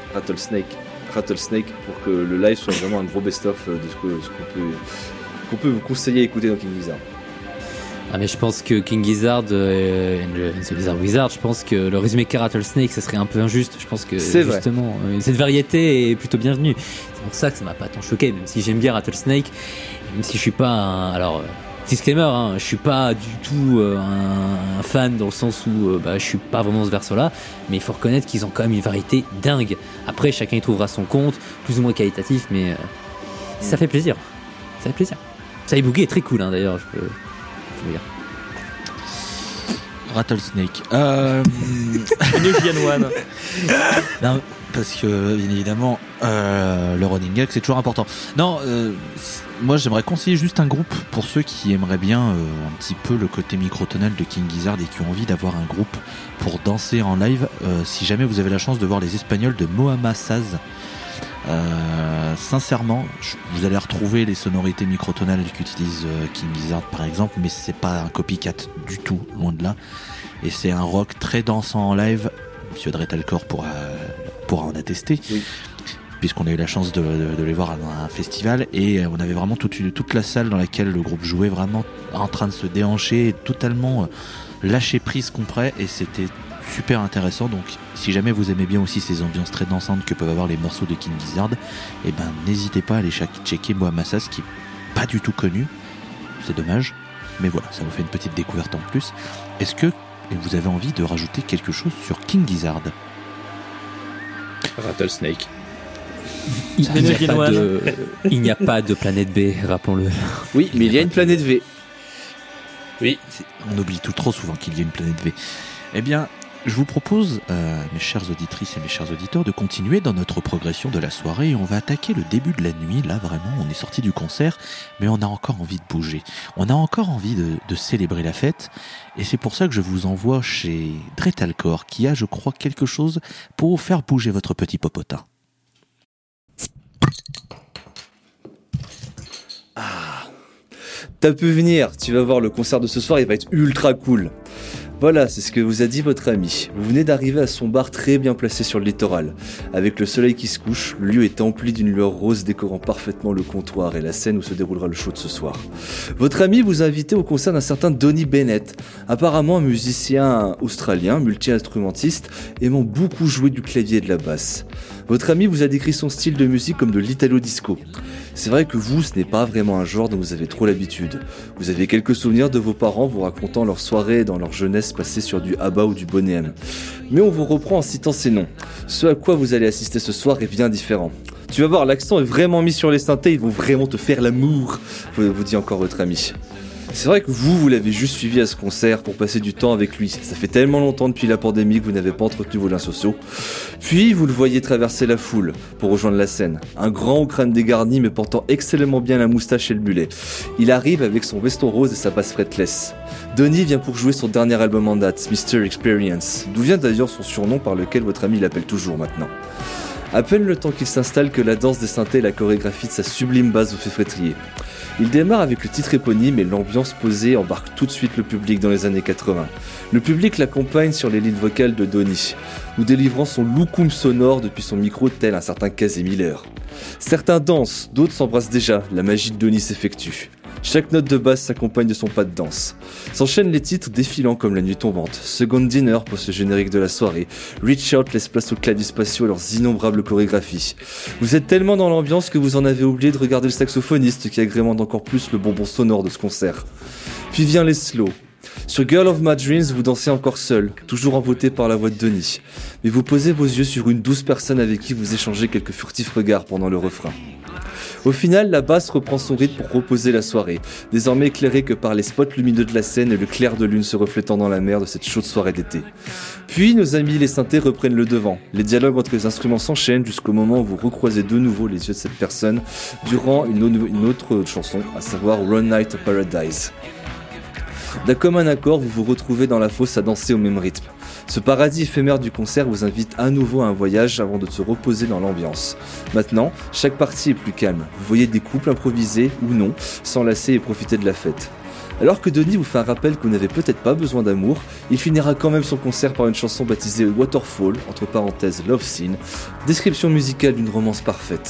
pour que le live soit vraiment un gros best-of de ce qu'on peut vous conseiller à écouter dans King Gizzard. Ah mais je pense que King Gizzard et The Lizard Wizard, je pense que le résumé qu'a Rattlesnake, ça serait un peu injuste. Je pense que C'est justement cette variété est plutôt bienvenue. C'est pour ça que ça m'a pas tant choqué, même si j'aime bien Rattlesnake, même si je suis pas un disclaimer, hein, je suis pas du tout un fan dans le sens où je suis pas vraiment ce verso-là, mais il faut reconnaître qu'ils ont quand même une variété dingue. Après, chacun y trouvera son compte, plus ou moins qualitatif, mais ça fait plaisir. Ça fait plaisir. Saï Boogie est très cool, hein, d'ailleurs. Je peux dire. Rattlesnake. New Gen One. Non, parce que bien évidemment le running gag c'est toujours important. Non, moi j'aimerais conseiller juste un groupe pour ceux qui aimeraient bien un petit peu le côté microtonal de King Gizzard et qui ont envie d'avoir un groupe pour danser en live. Si jamais vous avez la chance de voir les Espagnols de Mohamed Saz, sincèrement, vous allez retrouver les sonorités microtonales qu'utilise King Gizzard par exemple, mais c'est pas un copycat du tout, loin de là. Et c'est un rock très dansant en live. Monsieur Dretalcore pourra en attester, oui. Puisqu'on a eu la chance de les voir à un festival et on avait vraiment toute la salle dans laquelle le groupe jouait vraiment en train de se déhancher et totalement lâcher prise complet, et c'était super intéressant. Donc si jamais vous aimez bien aussi ces ambiances très dansantes que peuvent avoir les morceaux de King Gizzard, et ben n'hésitez pas à aller checker Mohamed Saz, qui est pas du tout connu, c'est dommage, mais voilà, ça vous fait une petite découverte en plus. Est-ce que vous avez envie de rajouter quelque chose sur King Gizzard? Rattlesnake. Il n'y a pas de planète B, rappelons-le. Oui, mais il y a une planète V. Oui. On oublie tout trop souvent qu'il y a une planète V. Eh bien, je vous propose, mes chères auditrices et mes chers auditeurs, de continuer dans notre progression de la soirée, et on va attaquer le début de la nuit. Là, vraiment, on est sorti du concert, mais on a encore envie de bouger. On a encore envie de célébrer la fête, et c'est pour ça que je vous envoie chez Dretalcore, qui a, je crois, quelque chose pour vous faire bouger votre petit popotin. T'as pu venir, tu vas voir le concert de ce soir, il va être ultra cool. Voilà, c'est ce que vous a dit votre ami. Vous venez d'arriver à son bar très bien placé sur le littoral. Avec le soleil qui se couche, le lieu est empli d'une lueur rose décorant parfaitement le comptoir et la scène où se déroulera le show de ce soir. Votre ami vous a invité au concert d'un certain Donny Bennett, apparemment un musicien australien, multi-instrumentiste, aimant beaucoup jouer du clavier et de la basse. Votre ami vous a décrit son style de musique comme de l'italo-disco. C'est vrai que vous, ce n'est pas vraiment un genre dont vous avez trop l'habitude. Vous avez quelques souvenirs de vos parents vous racontant leurs soirées dans leur jeunesse passées sur du ABBA ou du Boney M. Mais on vous reprend en citant ces noms. Ce à quoi vous allez assister ce soir est bien différent. Tu vas voir, l'accent est vraiment mis sur les synthés, ils vont vraiment te faire l'amour, vous dit encore votre ami. C'est vrai que vous l'avez juste suivi à ce concert pour passer du temps avec lui. Ça fait tellement longtemps depuis la pandémie que vous n'avez pas entretenu vos liens sociaux. Puis vous le voyez traverser la foule pour rejoindre la scène. Un grand au crâne dégarni mais portant excellemment bien la moustache et le mulet. Il arrive avec son veston rose et sa basse fretless. Donny vient pour jouer son dernier album en date, Mr. Experience, d'où vient d'ailleurs son surnom par lequel votre ami l'appelle toujours maintenant. À peine le temps qu'il s'installe que la danse des synthés et la chorégraphie de sa sublime basse vous fait frétiller. Il démarre avec le titre éponyme et l'ambiance posée embarque tout de suite le public dans les années 80. Le public l'accompagne sur les lignes vocales de Donny, nous délivrant son loukoum sonore depuis son micro tel un certain Casey Miller. Certains dansent, d'autres s'embrassent déjà, la magie de Donny s'effectue. Chaque note de basse s'accompagne de son pas de danse. S'enchaînent les titres défilant comme la nuit tombante. Second Dinner pour ce générique de la soirée. Reach Out laisse place aux claviers spatiaux et leurs innombrables chorégraphies. Vous êtes tellement dans l'ambiance que vous en avez oublié de regarder le saxophoniste qui agrémente encore plus le bonbon sonore de ce concert. Puis vient les slows. Sur Girl of My Dreams, vous dansez encore seul, toujours envoûté par la voix de Donny. Mais vous posez vos yeux sur une douce personne avec qui vous échangez quelques furtifs regards pendant le refrain. Au final, la basse reprend son rythme pour reposer la soirée, désormais éclairée que par les spots lumineux de la scène et le clair de lune se reflétant dans la mer de cette chaude soirée d'été. Puis, nos amis les synthés reprennent le devant. Les dialogues entre les instruments s'enchaînent jusqu'au moment où vous recroisez de nouveau les yeux de cette personne durant une autre chanson, à savoir One Night of Paradise. D'un commun accord, vous vous retrouvez dans la fosse à danser au même rythme. Ce paradis éphémère du concert vous invite à nouveau à un voyage avant de se reposer dans l'ambiance. Maintenant, chaque partie est plus calme. Vous voyez des couples improvisés ou non, s'enlacer et profiter de la fête. Alors que Donny vous fait un rappel que vous n'avez peut-être pas besoin d'amour, il finira quand même son concert par une chanson baptisée Waterfall, entre parenthèses Love Scene, description musicale d'une romance parfaite.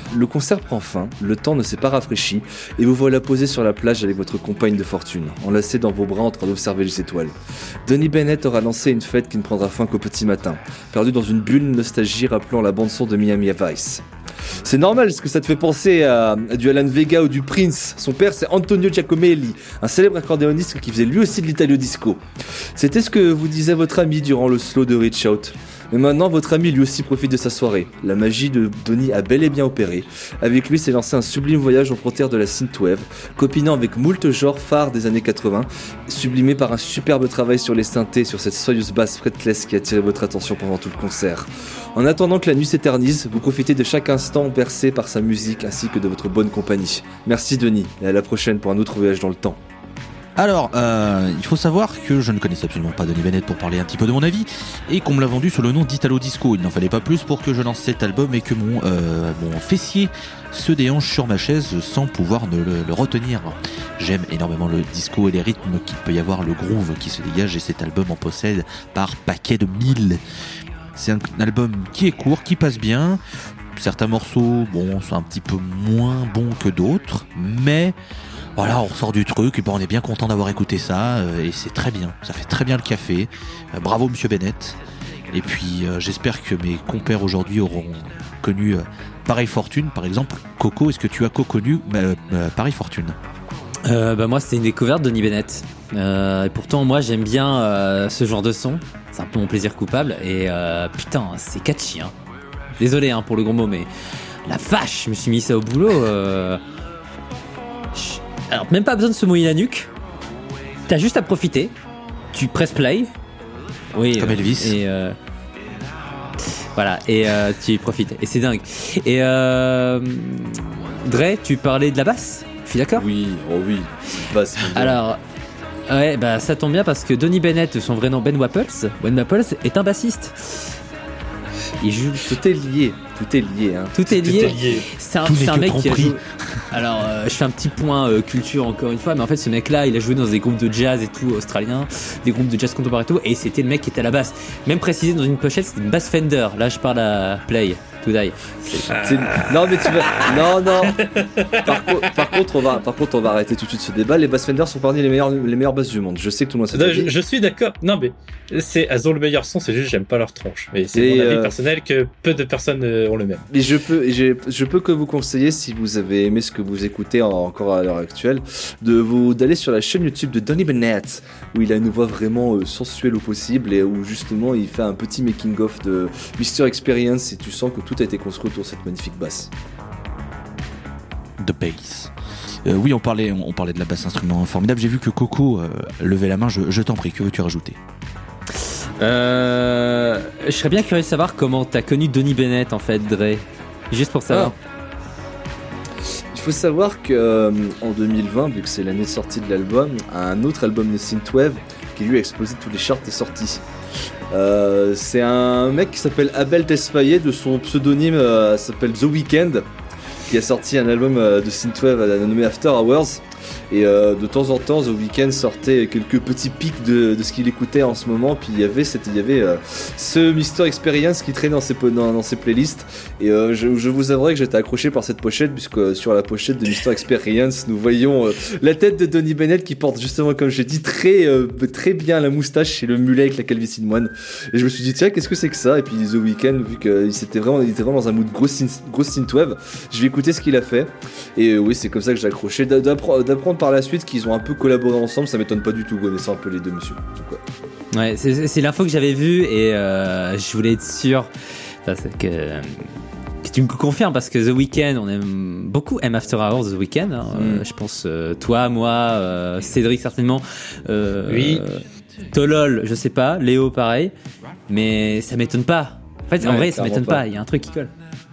Le concert prend fin, le temps ne s'est pas rafraîchi, et vous voilà posé sur la plage avec votre compagne de fortune, enlacé dans vos bras en train d'observer les étoiles. Donny Bennett aura lancé une fête qui ne prendra fin qu'au petit matin, perdu dans une bulle de nostalgie rappelant la bande-son de Miami Vice. C'est normal, parce que ça te fait penser à du Alan Vega ou du Prince. Son père, c'est Antonio Giacomelli, un célèbre accordéoniste qui faisait lui aussi de l'Italio Disco. C'était ce que vous disait votre ami durant le slow de Reach Out. Mais maintenant, votre ami lui aussi profite de sa soirée. La magie de Donny a bel et bien opéré. Avec lui, s'est lancé un sublime voyage aux frontières de la synthwave, copinant avec moult genres phares des années 80, sublimé par un superbe travail sur les synthés, sur cette soyeuse basse fretless qui a attiré votre attention pendant tout le concert. En attendant que la nuit s'éternise, vous profitez de chaque instant bercé par sa musique ainsi que de votre bonne compagnie. Merci Donny, et à la prochaine pour un autre voyage dans le temps. Alors, il faut savoir que je ne connaissais absolument pas Donny Bennett pour parler un petit peu de mon avis, et qu'on me l'a vendu sous le nom d'Italo Disco. Il n'en fallait pas plus pour que je lance cet album et que mon fessier se déhanche sur ma chaise sans pouvoir le retenir. J'aime énormément le disco et les rythmes qu'il peut y avoir, le groove qui se dégage, et cet album en possède par paquet de 1000. C'est un album qui est court, qui passe bien. Certains morceaux, sont un petit peu moins bons que d'autres, mais voilà, on ressort du truc, et on est bien content d'avoir écouté ça, et c'est très bien, ça fait très bien le café. Bravo Monsieur Bennett. Et puis j'espère que mes compères aujourd'hui auront connu pareille fortune. Par exemple, Coco, est-ce que tu as connu pareille fortune? Moi c'était une découverte de Donny Bennett. Et pourtant moi j'aime bien ce genre de son. C'est un peu mon plaisir coupable. Et putain, c'est catchy, hein. Désolé pour le gros mot, mais la vache, je me suis mis ça au boulot. Alors même pas besoin de se mouiller la nuque. T'as juste à profiter. Tu presses play. Oui. Comme Elvis. Et voilà. Et tu y profites. Et c'est dingue. Et Dre, tu parlais de la basse. Je suis d'accord. Oui, basse. Alors. Ouais, ça tombe bien parce que Donny Bennett, son vrai nom Ben Wapples, est un bassiste. Il joue. Tout est lié. Tout est lié. Tout est lié. C'est un mec qui a joué. Alors, je fais un petit point culture encore une fois, mais en fait, ce mec-là, il a joué dans des groupes de jazz et tout australiens, des groupes de jazz contemporain et tout, et c'était le mec qui était à la basse. Même précisé dans une pochette, c'était une bass Fender. Là, je parle à Play. Non mais tu vas. Non. Par contre, on va arrêter tout de suite ce débat. Les bass Fender sont parmi les meilleures basses du monde. Je sais que tout le monde sait. Je suis d'accord. Non mais elles ont le meilleur son. C'est juste j'aime pas leur tronche. Mais c'est mon avis personnel que peu de personnes ont le même. Mais je peux que vous conseiller, si vous avez aimé ce que vous écoutez encore à l'heure actuelle, d'aller sur la chaîne YouTube de Donny Bennett, où il a une voix vraiment sensuelle au possible, et où justement il fait un petit making of de Mr. Experience, et tu sens que tout a été construit autour de cette magnifique basse. The bass. Oui, on parlait de la basse, instrument formidable. J'ai vu que Coco levait la main. Je t'en prie, que veux-tu rajouter? Je serais bien curieux de savoir comment t'as connu Donny Bennett en fait, Dre. Juste pour savoir. Il faut savoir que en 2020, vu que c'est l'année de sortie de l'album, un autre album de synthwave qui lui a explosé tous les charts est sorti. C'est un mec qui s'appelle Abel Tesfaye, de son pseudonyme s'appelle The Weeknd, qui a sorti un album de synthwave nommé After Hours. Et de temps en temps, The Weeknd sortait quelques petits pics de ce qu'il écoutait en ce moment. Puis il y avait ce Mr. Experience qui traînait dans ses playlists. Et je vous avouerai que j'étais accroché par cette pochette, puisque sur la pochette de Mr. Experience, nous voyons la tête de Donny Bennett qui porte justement, comme j'ai dit, très bien la moustache et le mulet avec la calvitie de moine. Et je me suis dit, tiens, qu'est-ce que c'est que ça? Et puis The Weeknd, vu qu'il était vraiment dans un mood grosse synthwave, je vais écouter ce qu'il a fait. Et oui, c'est comme ça que j'ai accroché. D'apprendre par la suite qu'ils ont un peu collaboré ensemble, ça m'étonne pas du tout, connaissant un peu les deux messieurs. Donc, ouais, c'est l'info que j'avais vue, et je voulais être sûr que tu me confirmes, parce que The Weeknd, on aime beaucoup After Hours, The Weeknd, hein. Je pense toi, moi, Cédric certainement, oui, Tolol, je sais pas, Léo pareil, mais ça m'étonne pas. En fait, en vrai, ça m'étonne pas. Il y a un truc qui colle.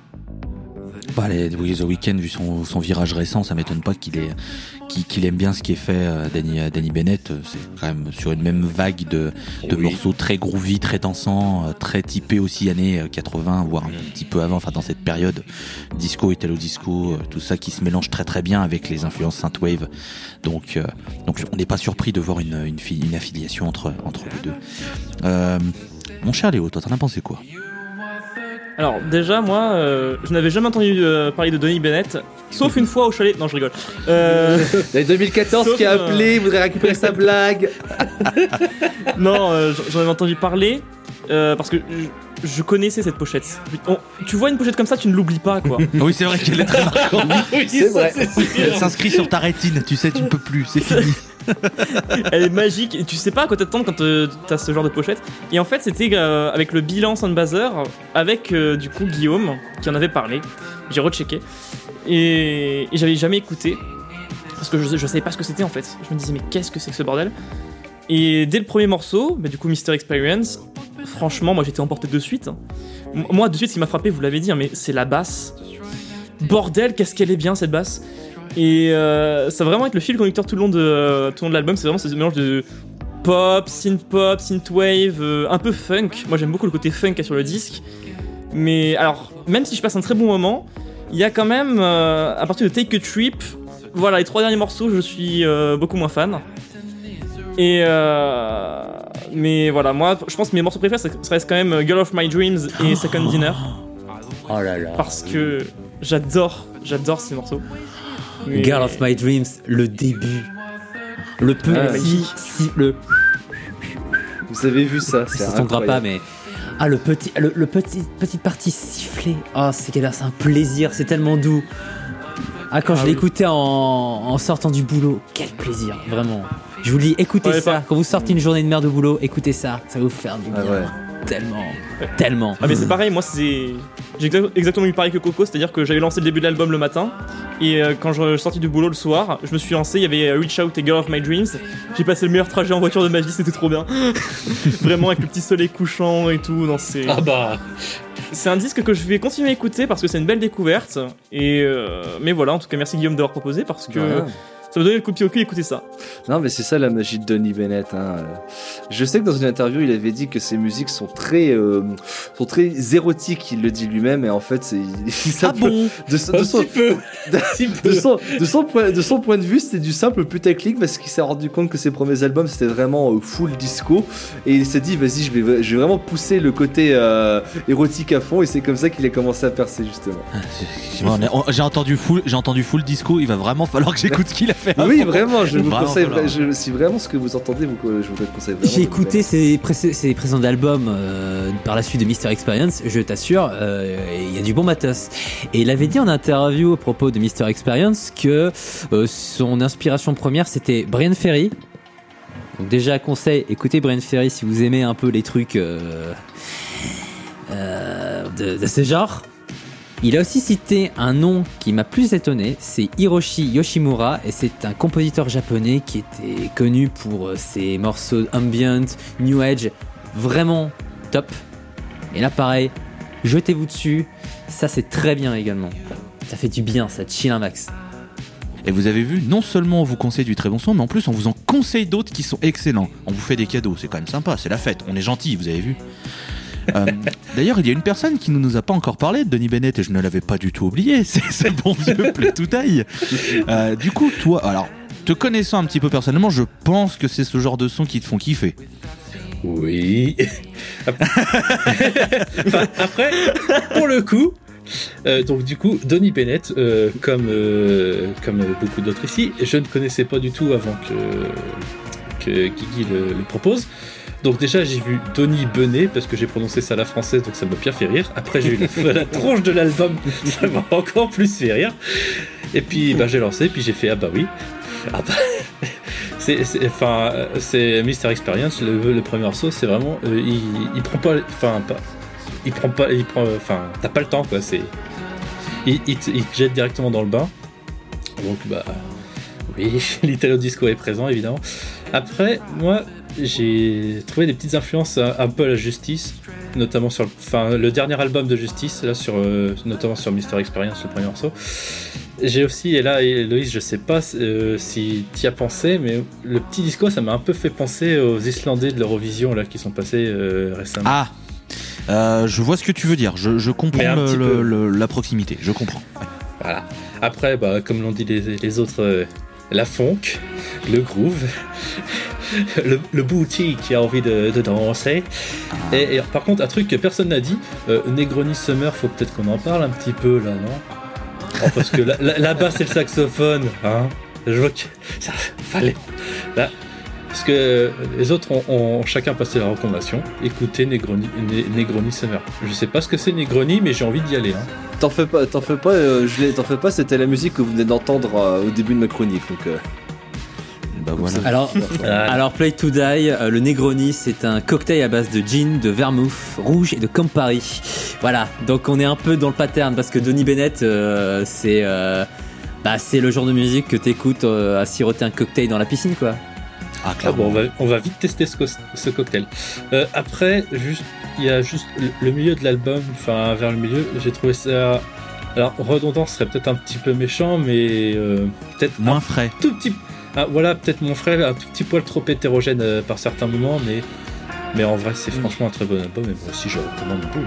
The Weeknd, vu son virage récent, ça m'étonne pas qu'il aime bien ce qui est fait Donny Bennett. C'est quand même sur une même vague de morceaux très groovy, très dansants, très typés aussi années 80, voire un petit peu avant, enfin dans cette période disco, italo disco, tout ça qui se mélange très très bien avec les influences synthwave. Donc on n'est pas surpris de voir une affiliation entre les deux. Mon cher Léo, toi t'en as pensé quoi? Alors déjà moi je n'avais jamais entendu parler de Donny Bennett, sauf une fois au chalet. Non je rigole. Il y a 2014 Sauf, qui a appelé, voudrait récupérer sa blague. Non j'en avais entendu parler parce que je connaissais cette pochette. Tu vois une pochette comme ça, tu ne l'oublies pas quoi. Oui, c'est vrai qu'elle est très marquante. Oui, C'est ça, vrai. Elle s'inscrit sur ta rétine, tu sais, tu ne peux plus, c'est fini. Elle est magique et tu sais pas à quoi t'attendre quand t'as ce genre de pochette. Et en fait c'était avec le bilan Soundbazer avec du coup Guillaume qui en avait parlé. J'ai rechecké et j'avais jamais écouté parce que je savais pas ce que c'était en fait. Je me disais mais qu'est-ce que c'est que ce bordel. Et dès le premier morceau, bah, du coup Mystery Experience, franchement moi j'étais emporté de suite. Moi de suite ce qui m'a frappé, vous l'avez dit, hein, mais c'est la basse. Bordel, qu'est-ce qu'elle est bien cette basse. Et ça va vraiment être le fil conducteur tout le long de l'album. C'est vraiment ce mélange de pop, synthwave, un peu funk. Moi j'aime beaucoup le côté funk qu'il y a sur le disque. Mais alors, même si je passe un très bon moment, il y a quand même, à partir de Take a Trip, voilà, les 3 derniers morceaux, je suis beaucoup moins fan. Et mais voilà, moi je pense que mes morceaux préférés ça reste quand même Girl of My Dreams et Second Dinner. Oh là là. Parce que j'adore ces morceaux. Mais... Girl of My Dreams, le début. Le petit. Vous avez vu ça? Ça s'entendra pas, mais. Ah, le petite partie sifflée. Oh, c'est un plaisir, c'est tellement doux. Ah, quand je l'ai écouté en sortant du boulot, quel plaisir, vraiment. Je vous dis, écoutez ça. Quand vous sortez une journée de merde au boulot, écoutez ça. Ça va vous faire du bien. Ouais. Tellement. Ah mais c'est pareil, moi j'ai exactement eu pareil que Coco, c'est-à-dire que j'avais lancé le début de l'album le matin et quand je suis sorti du boulot le soir, je me suis lancé, il y avait Reach Out et Girl of My Dreams. J'ai passé le meilleur trajet en voiture de ma vie, c'était trop bien. Vraiment avec le petit soleil couchant et tout, non c'est... Ah bah... C'est un disque que je vais continuer à écouter parce que c'est une belle découverte et mais voilà, en tout cas merci Guillaume d'avoir proposé parce que... Voilà. Ça m'a donné le coup de pied au cul d'écouter ça. Non, mais c'est ça la magie de Donny Bennett. Hein. Je sais que dans une interview, il avait dit que ses musiques sont très érotiques. Il le dit lui-même, et en fait, c'est de son point de vue, c'était du simple putaclic parce qu'il s'est rendu compte que ses premiers albums c'était vraiment full disco, et il s'est dit vas-y, je vais vraiment pousser le côté érotique à fond, et c'est comme ça qu'il a commencé à percer justement. J'ai entendu full disco. Il va vraiment falloir que j'écoute ce qu'il a fait. Oui, vraiment, je vous conseille. Si vraiment ce que vous entendez, je vous conseille vraiment. J'ai écouté ses précédents albums par la suite de Mystery Experience. Je t'assure, il y a du bon matos. Et il avait dit en interview à propos de Mystery Experience que son inspiration première c'était Bryan Ferry. Donc déjà conseil, écoutez Bryan Ferry si vous aimez un peu les trucs de ce genre. Il a aussi cité un nom qui m'a plus étonné, c'est Hiroshi Yoshimura, et c'est un compositeur japonais qui était connu pour ses morceaux ambient, new age, vraiment top. Et là pareil, jetez-vous dessus, ça c'est très bien également. Ça fait du bien, ça chill un max. Et vous avez vu, non seulement on vous conseille du très bon son, mais en plus on vous en conseille d'autres qui sont excellents. On vous fait des cadeaux, c'est quand même sympa, c'est la fête, on est gentil, vous avez vu. D'ailleurs, il y a une personne qui ne nous a pas encore parlé de Donny Bennett et je ne l'avais pas du tout oublié. C'est le bon vieux Play to Die. Du coup, toi, alors, te connaissant un petit peu personnellement, je pense que c'est ce genre de son qui te font kiffer. Oui. Après, pour le coup, donc du coup, Donny Bennett, comme beaucoup d'autres ici, je ne connaissais pas du tout avant que Guigui le propose. Donc déjà j'ai vu Donny Benet parce que j'ai prononcé ça à la française, donc ça m'a bien fait rire. Après j'ai eu la tronche de l'album, ça m'a encore plus fait rire. Et puis j'ai lancé, puis j'ai fait ah bah oui. C'est Mystery Experience, le premier morceau, c'est vraiment il prend pas, t'as pas le temps quoi, il te jette directement dans le bain. Donc oui, l'Italo Disco est présent évidemment. Après moi j'ai trouvé des petites influences un peu à la Justice, notamment sur le dernier album de Justice, là notamment sur Mystery Experience, le premier morceau. J'ai aussi, et là Loïs, je sais pas si t'y as pensé, mais le petit disco, ça m'a un peu fait penser aux Islandais de l'Eurovision là qui sont passés récemment. Ah, je vois ce que tu veux dire. Je comprends la proximité. Je comprends. Ouais. Voilà. Après, comme l'ont dit les autres, la funk, le groove. le booty qui a envie de danser. Et par contre, un truc que personne n'a dit, Negroni Summer, faut peut-être qu'on en parle un petit peu là, non? Parce que la basse et le saxophone, hein, je vois que ça fallait. Là, parce que les autres ont chacun passé la recommandation. Écoutez Negroni Summer. Je sais pas ce que c'est Negroni, mais j'ai envie d'y aller. Hein. T'en fais pas, c'était la musique que vous venez d'entendre au début de ma chronique. Donc, Bah voilà. Alors Play to Die, le Negroni, c'est un cocktail à base de gin, de vermouth, rouge et de Campari. Voilà, donc on est un peu dans le pattern parce que Donny Bennett, c'est le genre de musique que t'écoutes à siroter un cocktail dans la piscine, quoi. Ah, Ah bon, on va vite tester ce cocktail. Après, il y a juste le milieu de l'album, enfin vers le milieu, j'ai trouvé ça. Alors redondant serait peut-être un petit peu méchant, mais peut-être moins frais. Tout petit. Ah, voilà, peut-être mon frère un tout petit poil trop hétérogène par certains moments, mais en vrai c'est franchement un très bon album et moi aussi je le recommande beaucoup.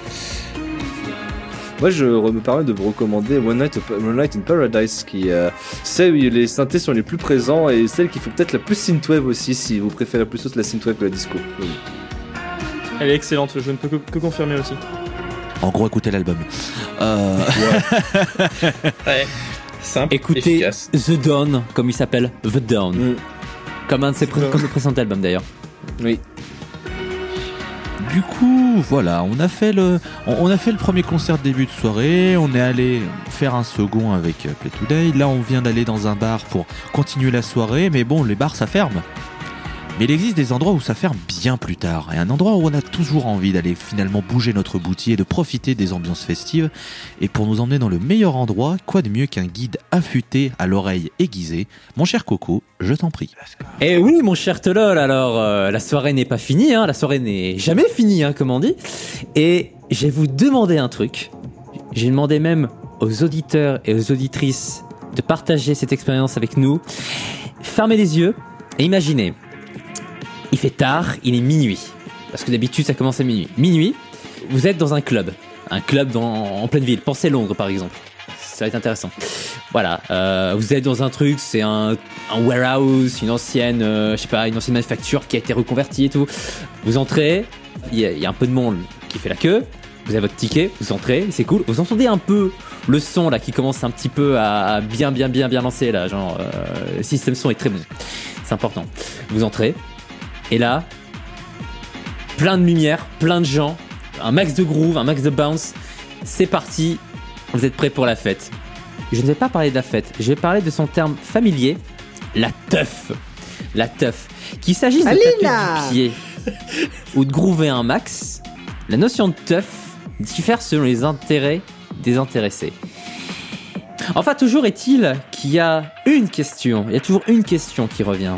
moi, je me permets de vous recommander One Night in Paradise, qui celle où les synthés sont les plus présents et celle qui fait peut-être la plus synthwave aussi, si vous préférez plus la synthwave que la disco. Oui. Elle est excellente, je ne peux que confirmer aussi. En gros, écoutez l'album. Ouais. Simple, Écoutez efficace. The Dawn, comme il s'appelle, The Dawn. Comme comme le précédent album d'ailleurs. Oui. Du coup, voilà, on a fait le premier concert de début de soirée, on est allé faire un second avec Play Today. Là, on vient d'aller dans un bar pour continuer la soirée, mais bon, les bars, ça ferme. Mais il existe des endroits où ça ferme bien plus tard, et un endroit où on a toujours envie d'aller finalement bouger notre boutique et de profiter des ambiances festives. Et pour nous emmener dans le meilleur endroit, quoi de mieux qu'un guide affûté à l'oreille aiguisée? Mon cher Coco, je t'en prie. Eh oui, mon cher Tolol, alors la soirée n'est pas finie, hein, la soirée n'est jamais finie, hein, comme on dit. Et je vais vous demander un truc. J'ai demandé même aux auditeurs et aux auditrices de partager cette expérience avec nous. Fermez les yeux et imaginez. Il fait tard, il est minuit. Parce que d'habitude, ça commence à minuit. Minuit, vous êtes dans un club. Un club en pleine ville. Pensez Londres, par exemple. Ça va être intéressant. Voilà. Vous êtes dans un truc, c'est un warehouse, une ancienne manufacture qui a été reconvertie et tout. Vous entrez, il y a un peu de monde qui fait la queue. Vous avez votre ticket, vous entrez, c'est cool. Vous entendez un peu le son là qui commence un petit peu à bien lancer là. Genre, le système son est très bon. C'est important. Vous entrez. Et là, plein de lumière, plein de gens, un max de groove, un max de bounce. C'est parti, vous êtes prêts pour la fête. Je ne vais pas parler de la fête, je vais parler de son terme familier, la teuf. La teuf. Qu'il s'agisse de taper du pied ou de groover un max, la notion de teuf diffère selon les intérêts des intéressés. Enfin, toujours est-il qu'il y a une question, il y a toujours une question qui revient.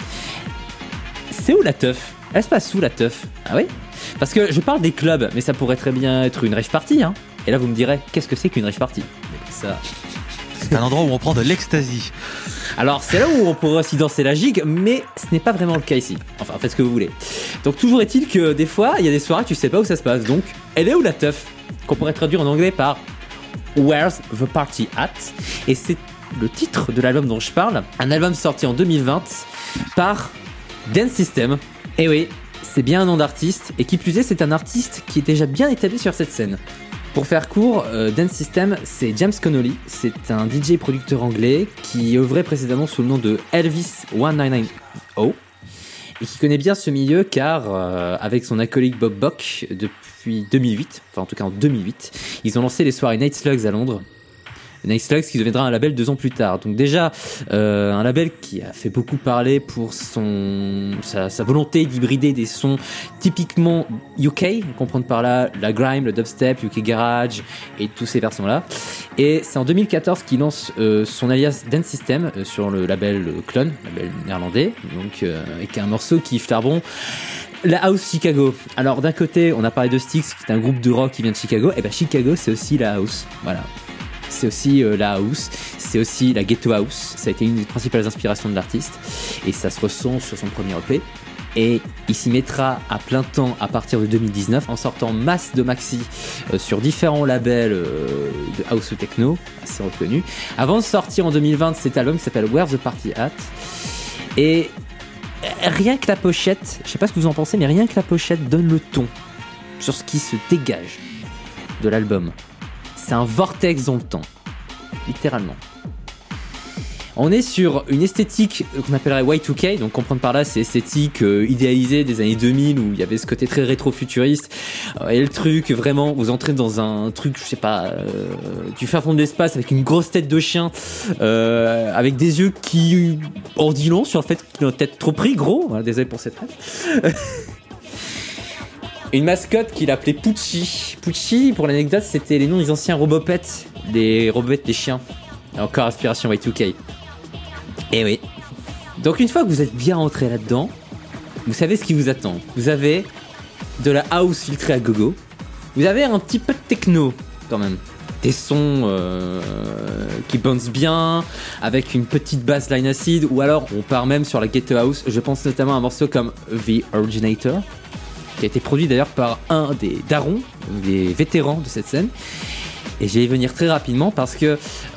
C'est où la teuf? Elle se passe où la teuf? Ah oui? Parce que je parle des clubs, mais ça pourrait très bien être une rave party, hein. Et là vous me direz, qu'est-ce que c'est qu'une rave party? Ça... C'est un endroit où on prend de l'ecstasy. Alors c'est là où on pourrait aussi danser la gigue, mais ce n'est pas vraiment le cas ici. Enfin, faites ce que vous voulez. Donc toujours est-il que des fois, il y a des soirées, tu sais pas où ça se passe. Donc, elle est où la teuf? Qu'on pourrait traduire en anglais par Where's the Party At? Et c'est le titre de l'album dont je parle. Un album sorti en 2020 par Dance System. Et oui, c'est bien un nom d'artiste, et qui plus est, c'est un artiste qui est déjà bien établi sur cette scène. Pour faire court, Dance System, c'est James Connolly, c'est un DJ et producteur anglais qui œuvrait précédemment sous le nom de Elvis 1990 et qui connaît bien ce milieu car avec son acolyte Bob Bock depuis 2008, enfin en tout cas en 2008, ils ont lancé les soirées Night Slugs à Londres. Night Slugs qui deviendra un label 2 ans plus tard. Donc déjà, un label qui a fait beaucoup parler pour sa volonté d'hybrider des sons typiquement UK, comprendre par là la grime, le dubstep, UK Garage et tous ces versants-là. Et c'est en 2014 qu'il lance son alias Dance System sur le label Clone, label néerlandais, donc avec un morceau qui flaire bon. La House Chicago. Alors d'un côté, on a parlé de Styx, qui est un groupe de rock qui vient de Chicago. Et ben Chicago, c'est aussi la house. Voilà. C'est aussi la house, c'est aussi la ghetto house, ça a été une des principales inspirations de l'artiste et ça se ressent sur son premier EP et il s'y mettra à plein temps à partir de 2019 en sortant masse de maxi sur différents labels de house ou techno assez reconnus avant de sortir en 2020 cet album qui s'appelle Where's the Party At. Et rien que la pochette, je sais pas ce que vous en pensez, mais rien que la pochette donne le ton sur ce qui se dégage de l'album. C'est un vortex dans le temps, littéralement. On est sur une esthétique qu'on appellerait Y2K, donc comprendre par là, c'est esthétique idéalisée des années 2000 où il y avait ce côté très rétro-futuriste. Et le truc, vraiment, vous entrez dans un truc, je sais pas, du fin fond de l'espace avec une grosse tête de chien, avec des yeux qui en dit long sur le fait qu'il a peut-être trop pris, gros. Voilà, désolé pour cette rêve. Une mascotte qu'il appelait Pucci. Pucci, pour l'anecdote, c'était les noms des anciens Robopets, des chiens. Encore inspiration Y2K. Et oui. Donc une fois que vous êtes bien rentré là-dedans, vous savez ce qui vous attend. Vous avez de la house filtrée à gogo. Vous avez un petit peu de techno quand même. Des sons qui bounce bien, avec une petite bassline acide, ou alors on part même sur la ghetto house. Je pense notamment à un morceau comme The Originator, qui a été produit d'ailleurs par un des darons, des vétérans de cette scène. Et je vais y venir très rapidement parce que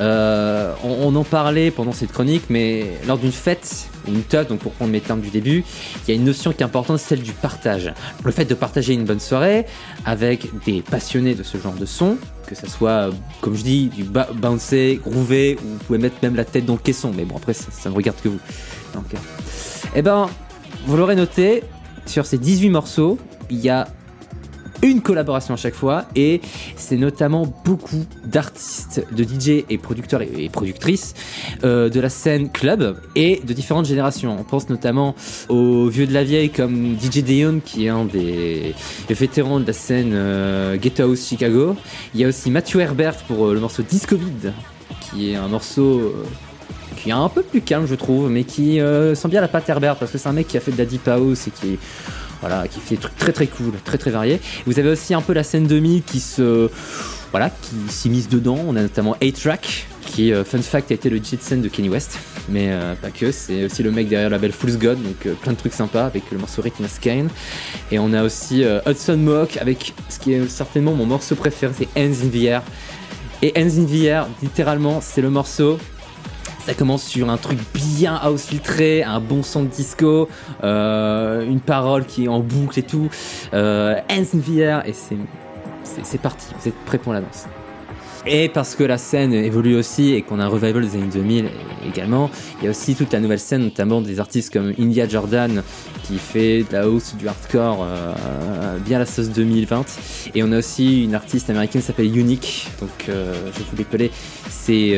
on en parlait pendant cette chronique, mais lors d'une fête, une teuf, donc pour prendre mes termes du début, il y a une notion qui est importante, celle du partage. Le fait de partager une bonne soirée avec des passionnés de ce genre de son, que ça soit, comme je dis, du bouncer, groover, ou vous pouvez mettre même la tête dans le caisson, mais bon après ça ne regarde que vous. Donc, eh ben, vous l'aurez noté, sur ces 18 morceaux, il y a une collaboration à chaque fois, et c'est notamment beaucoup d'artistes, de DJ et producteurs et productrices de la scène club et de différentes générations. On pense notamment aux vieux de la vieille comme DJ Deon, qui est un des vétérans de la scène Ghetto House Chicago. Il y a aussi Matthew Herbert pour le morceau Discovid, qui est un morceau qui est un peu plus calme je trouve, mais qui sent bien la patte Herbert, parce que c'est un mec qui a fait de la deep house et qui fait des trucs très très cool, très très variés. Vous avez aussi un peu la scène 2000 qui s'immisce dedans. On a notamment A-Track, qui, fun fact, a été le DJ de scène de Kanye West, mais pas que, c'est aussi le mec derrière le label Fool's God, donc plein de trucs sympas avec le morceau Rhythm Scan. Et on a aussi Hudson Mohawk avec ce qui est certainement mon morceau préféré, c'est Hands in the Air. Et Hands in the Air, littéralement, c'est le morceau. Ça commence sur un truc bien house filtré, un bon son de disco, une parole qui est en boucle et tout. Hands in the air, et c'est parti, vous êtes prêts pour la danse. Et parce que la scène évolue aussi et qu'on a un revival des années 2000 également, il y a aussi toute la nouvelle scène, notamment des artistes comme India Jordan qui fait de la house, du hardcore, bien la sauce 2020. Et on a aussi une artiste américaine qui s'appelle Unique, donc je vais vous l'épeler, c'est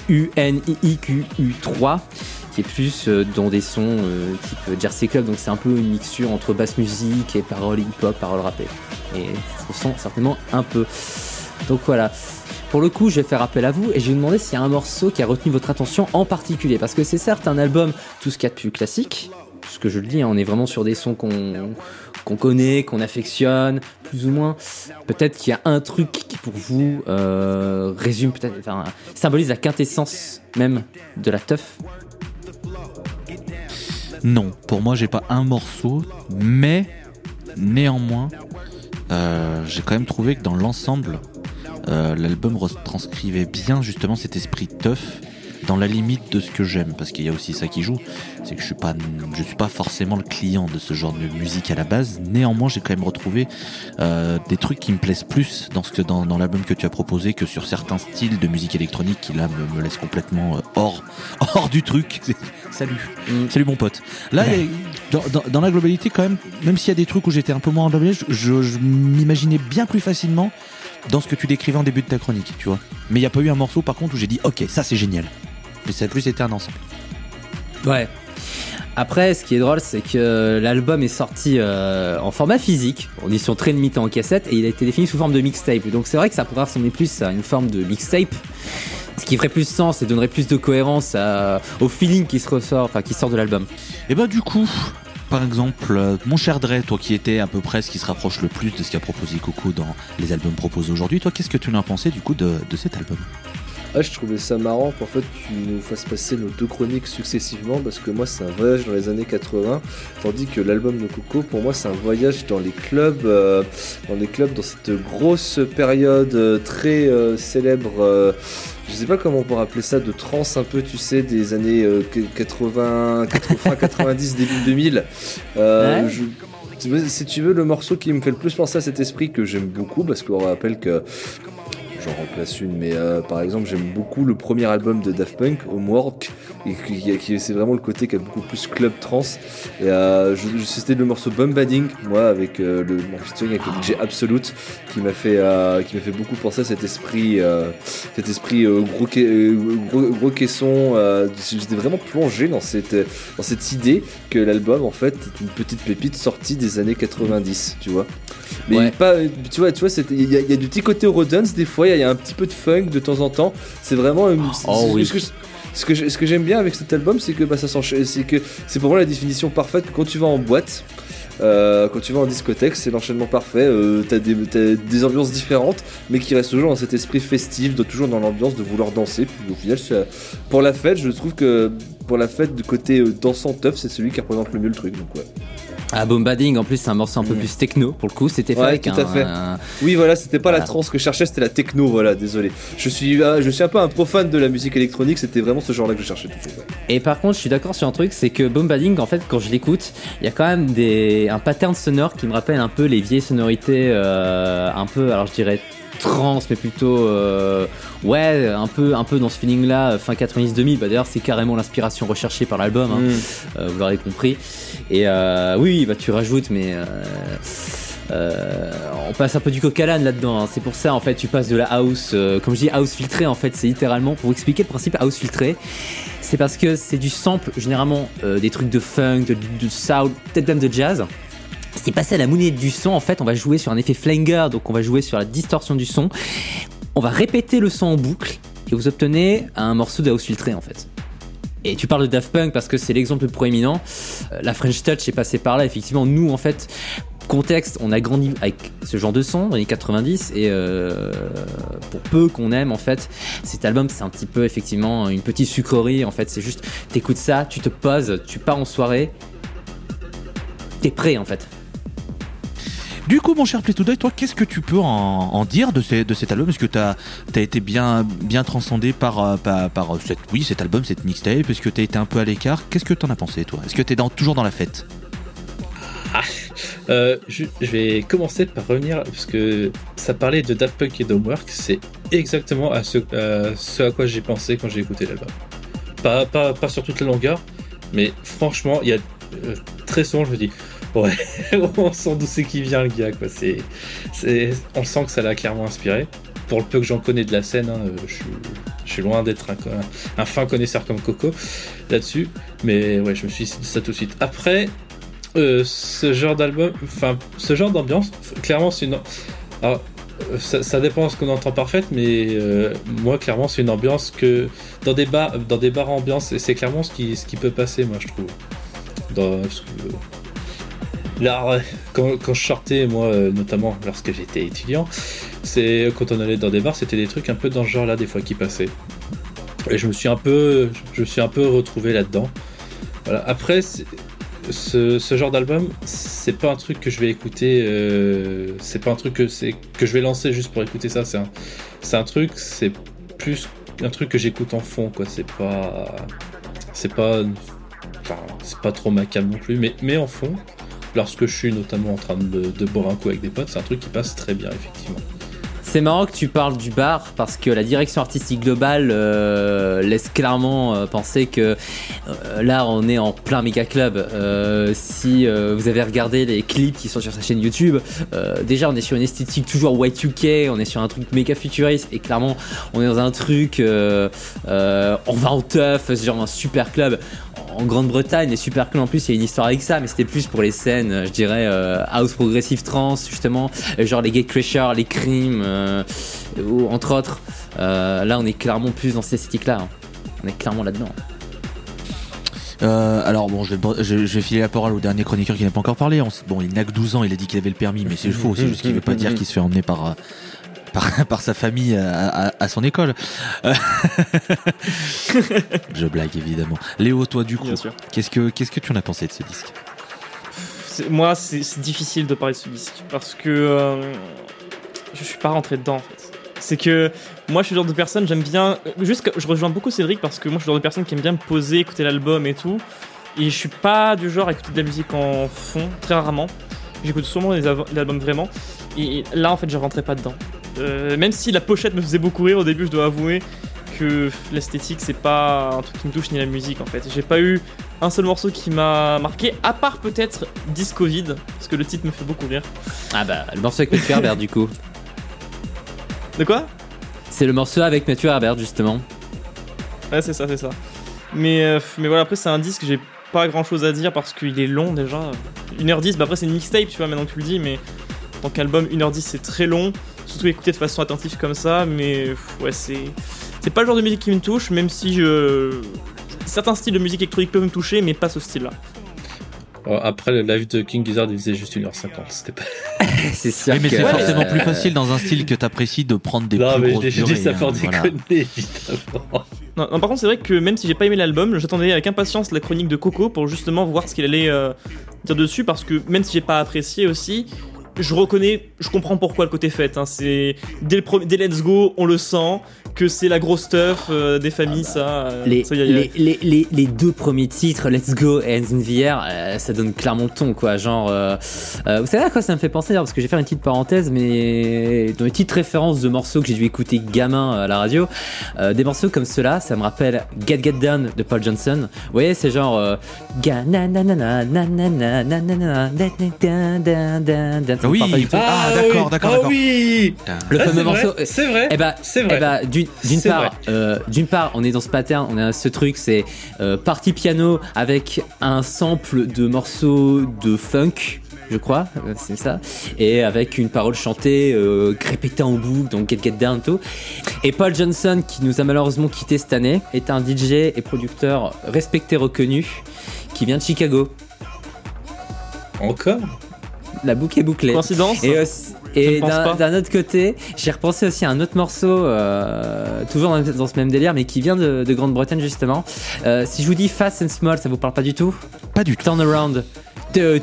UNIIQU3, qui est plus dans des sons type Jersey Club, donc c'est un peu une mixture entre basse musique et paroles hip-hop, paroles rappées. Et ça se ressent certainement un peu. Donc voilà. Pour le coup, je vais faire appel à vous et je vais vous demander s'il y a un morceau qui a retenu votre attention en particulier. Parce que c'est certes un album, tout ce qu'il y a de plus classique, parce que je le dis, on est vraiment sur des sons qu'on connaît, qu'on affectionne, plus ou moins. Peut-être qu'il y a un truc qui pour vous résume, peut-être, enfin, symbolise la quintessence même de la teuf. Non, pour moi, j'ai pas un morceau, mais néanmoins, j'ai quand même trouvé que dans l'ensemble, l'album retranscrivait bien justement cet esprit teuf dans la limite de ce que j'aime, parce qu'il y a aussi ça qui joue, c'est que je suis pas forcément le client de ce genre de musique à la base. Néanmoins, j'ai quand même retrouvé des trucs qui me plaisent plus dans l'album que tu as proposé que sur certains styles de musique électronique qui là me laissent complètement hors du truc. Salut mon pote. Là, dans la globalité quand même s'il y a des trucs où j'étais un peu moins endormi, je m'imaginais bien plus facilement dans ce que tu décrivais en début de ta chronique, tu vois. Mais il n'y a pas eu un morceau par contre où j'ai dit ok, ça c'est génial. Mais ça a plus été un ensemble. Ouais. Après, ce qui est drôle, c'est que l'album est sorti en format physique, en édition très limitée en cassette, et il a été défini sous forme de mixtape. Donc c'est vrai que ça pourrait ressembler plus à une forme de mixtape, ce qui ferait plus sens et donnerait plus de cohérence au feeling qui sort de l'album. Et bah du coup, par exemple, mon cher Dre, toi qui étais à peu près ce qui se rapproche le plus de ce qu'a proposé Coco dans les albums proposés aujourd'hui, toi qu'est-ce que tu en as pensé du coup de cet album ? Ah, je trouvais ça marrant qu'en fait tu nous fasses passer nos deux chroniques successivement, parce que moi c'est un voyage dans les années 80, tandis que l'album de Coco pour moi c'est un voyage dans les clubs dans cette grosse période très célèbre je sais pas comment on pourrait appeler ça, de trance un peu, tu sais, des années 80, fin 90, début 2000. Si tu veux, le morceau qui me fait le plus penser à cet esprit, que j'aime beaucoup, parce qu'on rappelle que j'en remplace une, mais par exemple j'aime beaucoup le premier album de Daft Punk, Homework, et qui c'est vraiment le côté qui a beaucoup plus club trance, et c'était le morceau Bombading, moi, avec mon featuring avec le DJ Absolute, qui m'a fait beaucoup penser à cet esprit gros caisson. J'étais vraiment plongé dans cette idée que l'album en fait est une petite pépite sortie des années 90, tu vois. Mais pas, tu vois, il y a du petit côté Eurodance des fois, il y a un petit peu de funk de temps en temps. C'est vraiment ce que j'aime bien avec cet album, c'est que ça c'est que c'est pour moi la définition parfaite, que quand tu vas en boîte, quand tu vas en discothèque, c'est l'enchaînement parfait. T'as des ambiances différentes, mais qui restent toujours dans cet esprit festif, toujours dans l'ambiance de vouloir danser. Puis au final, pour la fête, je trouve que pour la fête, du côté dansant teuf, c'est celui qui représente le mieux le truc. Donc ouais. Ah, Bombading, en plus, c'est un morceau un peu plus techno, pour le coup, c'était fait avec tout à fait. Oui, voilà, c'était pas la trance que je cherchais, c'était la techno, voilà, désolé. Je suis un peu un profane de la musique électronique, c'était vraiment ce genre-là que je cherchais toujours. Ouais. Et par contre, je suis d'accord sur un truc, c'est que Bombading, en fait, quand je l'écoute, il y a quand même un pattern sonore qui me rappelle un peu les vieilles sonorités, un peu, alors je dirais trance, mais plutôt un peu dans ce feeling là, fin 90-2000. D'ailleurs c'est carrément l'inspiration recherchée par l'album, vous l'aurez compris. Et oui, tu rajoutes, mais on passe un peu du coq à l'âne là-dedans, hein. C'est pour ça en fait tu passes de la house, comme je dis house filtrée, en fait c'est littéralement, pour vous expliquer le principe house filtré, c'est parce que c'est du sample généralement des trucs de funk, de soul, peut-être même de jazz. C'est passé à la moulette du son, en fait, on va jouer sur un effet flanger, donc on va jouer sur la distorsion du son. On va répéter le son en boucle et vous obtenez un morceau de house filtré, en fait. Et tu parles de Daft Punk parce que c'est l'exemple le plus proéminent. La French Touch est passée par là, effectivement. Nous, en fait, contexte, on a grandi avec ce genre de son dans les années 90 et pour peu qu'on aime, en fait, cet album, c'est un petit peu, effectivement, une petite sucrerie. En fait, c'est juste, t'écoutes ça, tu te poses, tu pars en soirée, t'es prêt, en fait. Du coup, mon cher Play-to-Die, toi, qu'est-ce que tu peux en dire de cet album? Est-ce que t'as été bien transcendé par cet album, cette mixtape? Est-ce que t'as été un peu à l'écart? Qu'est-ce que t'en as pensé, toi? Est-ce que t'es toujours dans la fête? Je vais commencer par revenir, parce que ça parlait de Daft Punk et d'Homework, c'est exactement ce à quoi j'ai pensé quand j'ai écouté l'album. Pas sur toute la longueur, mais franchement, il y a très souvent je me dis ouais, on sent d'où c'est qui vient le gars, quoi. On sent que ça l'a clairement inspiré. Pour le peu que j'en connais de la scène, je suis loin d'être un fin connaisseur comme Coco là-dessus, mais ouais, je me suis dit ça tout de suite. Après, ce genre d'album, enfin ce genre d'ambiance, clairement c'est une. Alors, ça dépend de ce qu'on entend par fête, mais moi clairement c'est une ambiance que dans des bars ambiance, c'est clairement ce qui peut passer, moi je trouve. Là, quand je sortais, moi, notamment lorsque j'étais étudiant, quand on allait dans des bars, c'était des trucs un peu dans ce genre-là, des fois, qui passaient. Et je me suis un peu retrouvé là-dedans. Voilà. Après, ce genre d'album, c'est pas un truc que je vais écouter, c'est pas un truc que je vais lancer juste pour écouter ça. C'est plus un truc que j'écoute en fond, quoi. C'est pas trop ma came non plus, mais en fond, lorsque je suis notamment en train de boire un coup avec des potes, c'est un truc qui passe très bien, effectivement. C'est marrant que tu parles du bar parce que la direction artistique globale laisse clairement penser que là on est en plein méga club. Si vous avez regardé les clips qui sont sur sa chaîne YouTube, déjà on est sur une esthétique toujours Y2K, on est sur un truc méga futuriste et clairement on est dans un truc on va en teuf, c'est genre un super club. En Grande-Bretagne, les super clubs en plus, il y a une histoire avec ça, mais c'était plus pour les scènes, je dirais, house progressive trance, justement, genre les Gatecrashers, les Cream, ou entre autres. Là, on est clairement plus dans cette esthétique-là. Hein. On est clairement là-dedans. Alors bon, je vais filer la parole au dernier chroniqueur qui n'a pas encore parlé. Bon, il n'a que 12 ans, il a dit qu'il avait le permis, mais c'est faux, c'est juste qu'il veut pas dire qu'il se fait emmener par sa famille à son école. Je blague évidemment. Léo, toi du coup, qu'est-ce que tu en as pensé de ce disque? Moi, c'est difficile de parler de ce disque parce que je suis pas rentré dedans en fait. C'est que moi je suis le genre de personne, j'aime bien. Je rejoins beaucoup Cédric parce que moi je suis le genre de personne qui aime bien me poser, écouter l'album et tout. Et je suis pas du genre à écouter de la musique en fond, très rarement. J'écoute souvent les albums vraiment. Et là en fait je rentrais pas dedans. Même si la pochette me faisait beaucoup rire au début, je dois avouer que l'esthétique c'est pas un truc qui me touche ni la musique en fait. J'ai pas eu un seul morceau qui m'a marqué, à part peut-être Disco Vide, parce que le titre me fait beaucoup rire. Ah bah, le morceau avec Mathieu Herbert, du coup. De quoi ? C'est le morceau avec Mathieu Herbert, justement. Ouais, c'est ça. Mais voilà, après, c'est un disque, j'ai pas grand chose à dire parce qu'il est long déjà. 1h10, bah après, c'est une mixtape, tu vois, maintenant que tu le dis, mais en tant qu'album, 1h10, c'est très long. Surtout écouter de façon attentive comme ça, mais ouais, c'est pas le genre de musique qui me touche, même si certains styles de musique électronique peuvent me toucher, mais pas ce style-là. Après, le live de King Gizzard, il faisait juste 1h50. C'était pas. C'est sûr. Oui, mais que, c'est forcément plus facile dans un style que t'apprécies de prendre des Non, plus mais grosses j'ai durées. dit ça pour voilà. déconner, évidemment. Non, par contre, c'est vrai que même si j'ai pas aimé l'album, j'attendais avec impatience la chronique de Coco pour justement voir ce qu'il allait dire dessus, parce que même si j'ai pas apprécié aussi, je comprends pourquoi le côté fête. Hein. C'est dès Let's Go, on le sent que c'est la grosse stuff des familles, ça. Les deux premiers titres, Let's Go et Hands in the Air, ça donne clairement le ton, quoi. Genre, vous savez à quoi ça me fait penser, parce que je vais faire une petite parenthèse, mais dans les petites références de morceaux que j'ai dû écouter gamin à la radio, des morceaux comme ceux-là, ça me rappelle Get Down de Paul Johnson. Vous voyez, c'est genre Oui. D'accord. Ah oui. Le fameux morceau. C'est vrai. C'est vrai. D'une part, on est dans ce pattern, on a ce truc, c'est partie piano avec un sample de morceaux de funk, je crois, c'est ça, et avec une parole chantée répétée en boucle, donc Get Down tout. Et Paul Johnson, qui nous a malheureusement quitté cette année, est un DJ et producteur respecté, reconnu, qui vient de Chicago. Encore. La boucle est bouclée. Coïncidence ? Et d'un autre côté, j'ai repensé aussi à un autre morceau, toujours dans ce même délire, mais qui vient de Grande-Bretagne justement. Si je vous dis Fast and Small, ça vous parle pas du tout ? Pas du tout. Turn Around. Non,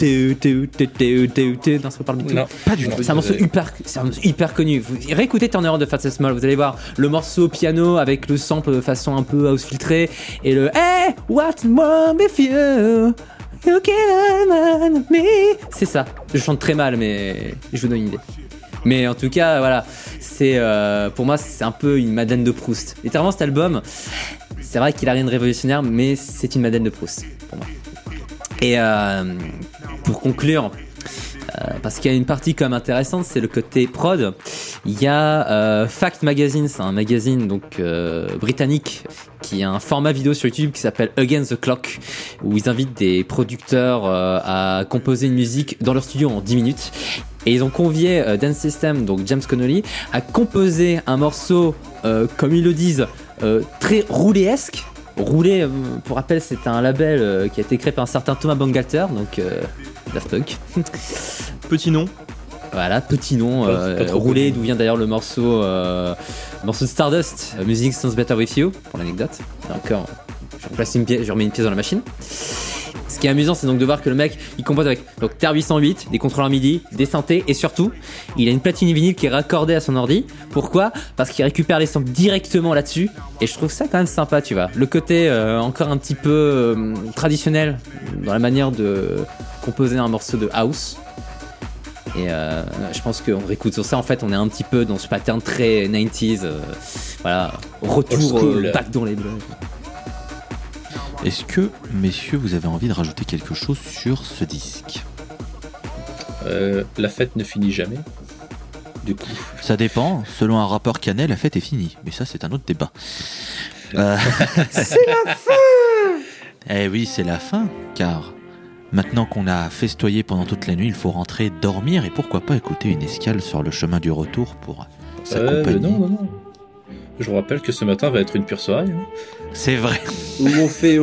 ça vous parle du tout ? Non, Pas du tout. C'est un morceau hyper connu. Vous réécoutez Turn Around de Fast and Small, vous allez voir le morceau piano avec le sample de façon un peu house filtrée et le Hey, what's wrong with you? You can't me. C'est ça. Je chante très mal, mais je vous donne une idée. Mais en tout cas, voilà, c'est pour moi c'est un peu une Madeleine de Proust. Littéralement cet album, c'est vrai qu'il a rien de révolutionnaire, mais c'est une Madeleine de Proust pour moi. Et pour conclure, parce qu'il y a une partie quand même intéressante, c'est le côté prod. Il y a Fact Magazine, c'est un magazine donc britannique qui a un format vidéo sur YouTube qui s'appelle Against the Clock, où ils invitent des producteurs à composer une musique dans leur studio en 10 minutes. Et ils ont convié Dance System, donc James Connolly, à composer un morceau, comme ils le disent, très rouléesque. Roulé, pour rappel, c'est un label qui a été créé par un certain Thomas Bangalter, donc Daft Punk. Petit nom. Voilà, petit nom, roulé, d'où vient d'ailleurs le morceau de Stardust, Music Sounds Better With You, pour l'anecdote. Encore, je remets une pièce dans la machine. Ce qui est amusant, c'est donc de voir que le mec, il compose avec donc TR-808, des contrôleurs MIDI, des synthés, et surtout, il a une platine vinyle qui est raccordée à son ordi. Pourquoi ? Parce qu'il récupère les samples directement là-dessus, et je trouve ça quand même sympa, tu vois. Le côté encore un petit peu traditionnel dans la manière de composer un morceau de house. Et je pense qu'on réécoute sur ça, en fait, on est un petit peu dans ce pattern très 90s, voilà, retour back dans les bleus. Est-ce que, messieurs, vous avez envie de rajouter quelque chose sur ce disque ? La fête ne finit jamais. Du coup. Ça dépend. Selon un rappeur canet, la fête est finie. Mais ça, c'est un autre débat. C'est la fin. Eh oui, c'est la fin, car maintenant qu'on a festoyé pendant toute la nuit, il faut rentrer dormir et pourquoi pas écouter une escale sur le chemin du retour pour s'accompagner. Non. Je vous rappelle que ce matin va être une pure soirée. Hein. C'est vrai. Où on fait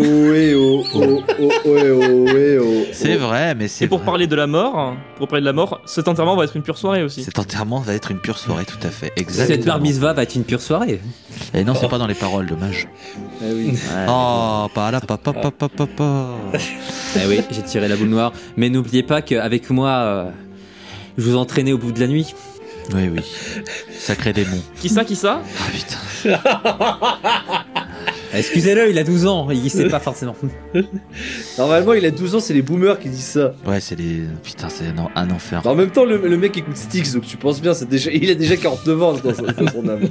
C'est vrai, mais c'est Et pour vrai. parler de la mort, cet enterrement va être une pure soirée aussi. Cet enterrement va être une pure soirée, tout à fait. Exactement. Cette bar mitzvah va être une pure soirée. Et non, c'est pas dans les paroles, dommage. Eh oui. Oh, pas là, papa. Eh oui, j'ai tiré la boule noire. Mais n'oubliez pas qu'avec moi, je vous entraînais au bout de la nuit. Oui, oui. Sacré démon. Qui ça Ah putain. Excusez-le, il a 12 ans, il sait pas forcément. Normalement, il a 12 ans, c'est les boomers qui disent ça. Ouais, c'est les. Putain, c'est un enfer. En même temps, le mec écoute Styx, donc tu penses bien, il a déjà 49 ans dans son âme.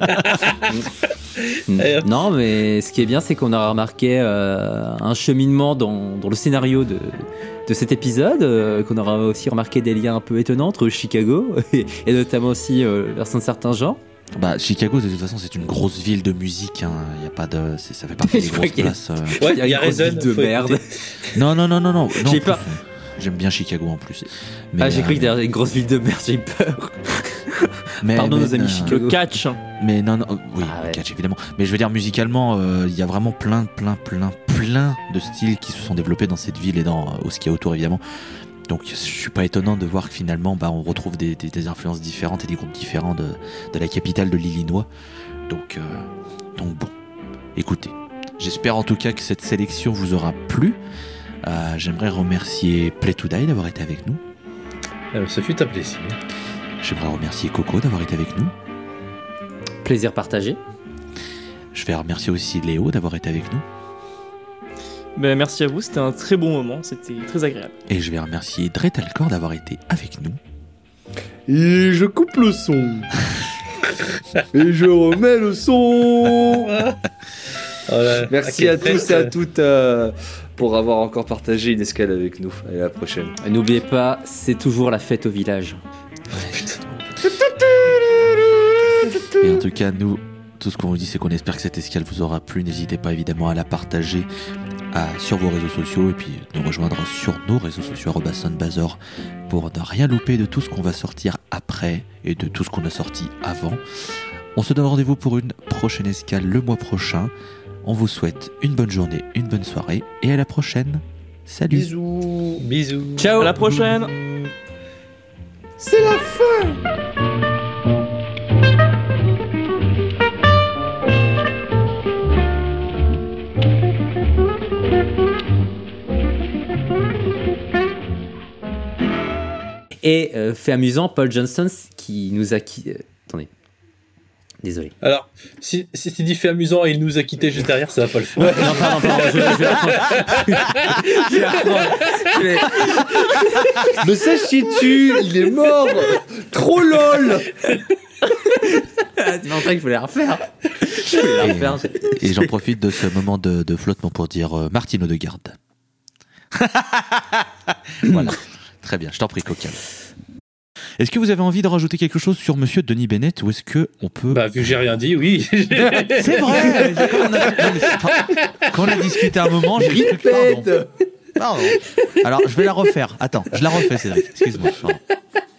Non, mais ce qui est bien, c'est qu'on a remarqué un cheminement dans le scénario de cet épisode, qu'on aura aussi remarqué des liens un peu étonnants entre Chicago et notamment aussi vers certains genres. Bah, Chicago, de toute façon, c'est une grosse ville de musique. Hein. Y a pas de, ça fait partie des Je crois grosses qu'il y a- places. Ouais, Il y a il y a une grosse raison. ville de merde. Non. J'ai en peur. plus, j'aime bien Chicago en plus. Mais, J'ai cru que derrière une grosse ville de merde, j'ai eu peur. Pardon, nos amis Chicago. Le catch. Mais non, oui, Ah ouais. catch évidemment. Mais je veux dire, musicalement, il y a vraiment plein de styles qui se sont développés dans cette ville et dans ce qu'il y a autour évidemment. Donc je suis pas étonnant de voir que finalement on retrouve des influences différentes et des groupes différents de la capitale de l'Illinois. Donc bon, écoutez, j'espère en tout cas que cette sélection vous aura plu. J'aimerais remercier Play to Die d'avoir été avec nous. Ce fut un plaisir. J'aimerais remercier Coco d'avoir été avec nous. Plaisir partagé. Je vais remercier aussi Léo d'avoir été avec nous. Ben, merci à vous, c'était un très bon moment, c'était très agréable. Et je vais remercier Dretalcor d'avoir été avec nous. Et je coupe le son. Et je remets le son. Voilà. Merci Ah, à quelle tous fête. et à toutes pour avoir encore partagé une escale avec nous. Allez, à la prochaine. Et n'oubliez pas, c'est toujours la fête au village. Et en tout cas, nous, tout ce qu'on vous dit, c'est qu'on espère que cette escale vous aura plu. N'hésitez pas évidemment à la partager sur vos réseaux sociaux et puis nous rejoindre sur nos réseaux sociaux @soundbazer pour ne rien louper de tout ce qu'on va sortir après et de tout ce qu'on a sorti avant. On se donne rendez-vous pour une prochaine escale le mois prochain. On vous souhaite une bonne journée, une bonne soirée et à la prochaine. Salut. Bisous. Bisous. Ciao, à la prochaine. C'est la fin. Et fait amusant, Paul Johnson qui nous a quitté. Attendez. Désolé. Alors, si tu dis fait amusant et il nous a quittés juste derrière, ça va pas le faire. Non, pardon, je vais apprendre. Je vais apprendre. Le sage qui tue, il est mort. Trop lol. C'est pour ça qu'il faut les refaire. Je voulais les refaire. Et j'en profite de ce moment de flottement pour dire Martine Odegaard. Voilà. Très bien, je t'en prie, Cocal. Est-ce que vous avez envie de rajouter quelque chose sur Monsieur Denis Bennett ou est-ce que on peut... Bah, vu que j'ai rien dit, oui. C'est vrai. Quand on a discuté un moment, j'ai dit pardon. Alors, je vais la refaire. Attends, je la refais, Cédric. Excuse-moi. Pardon.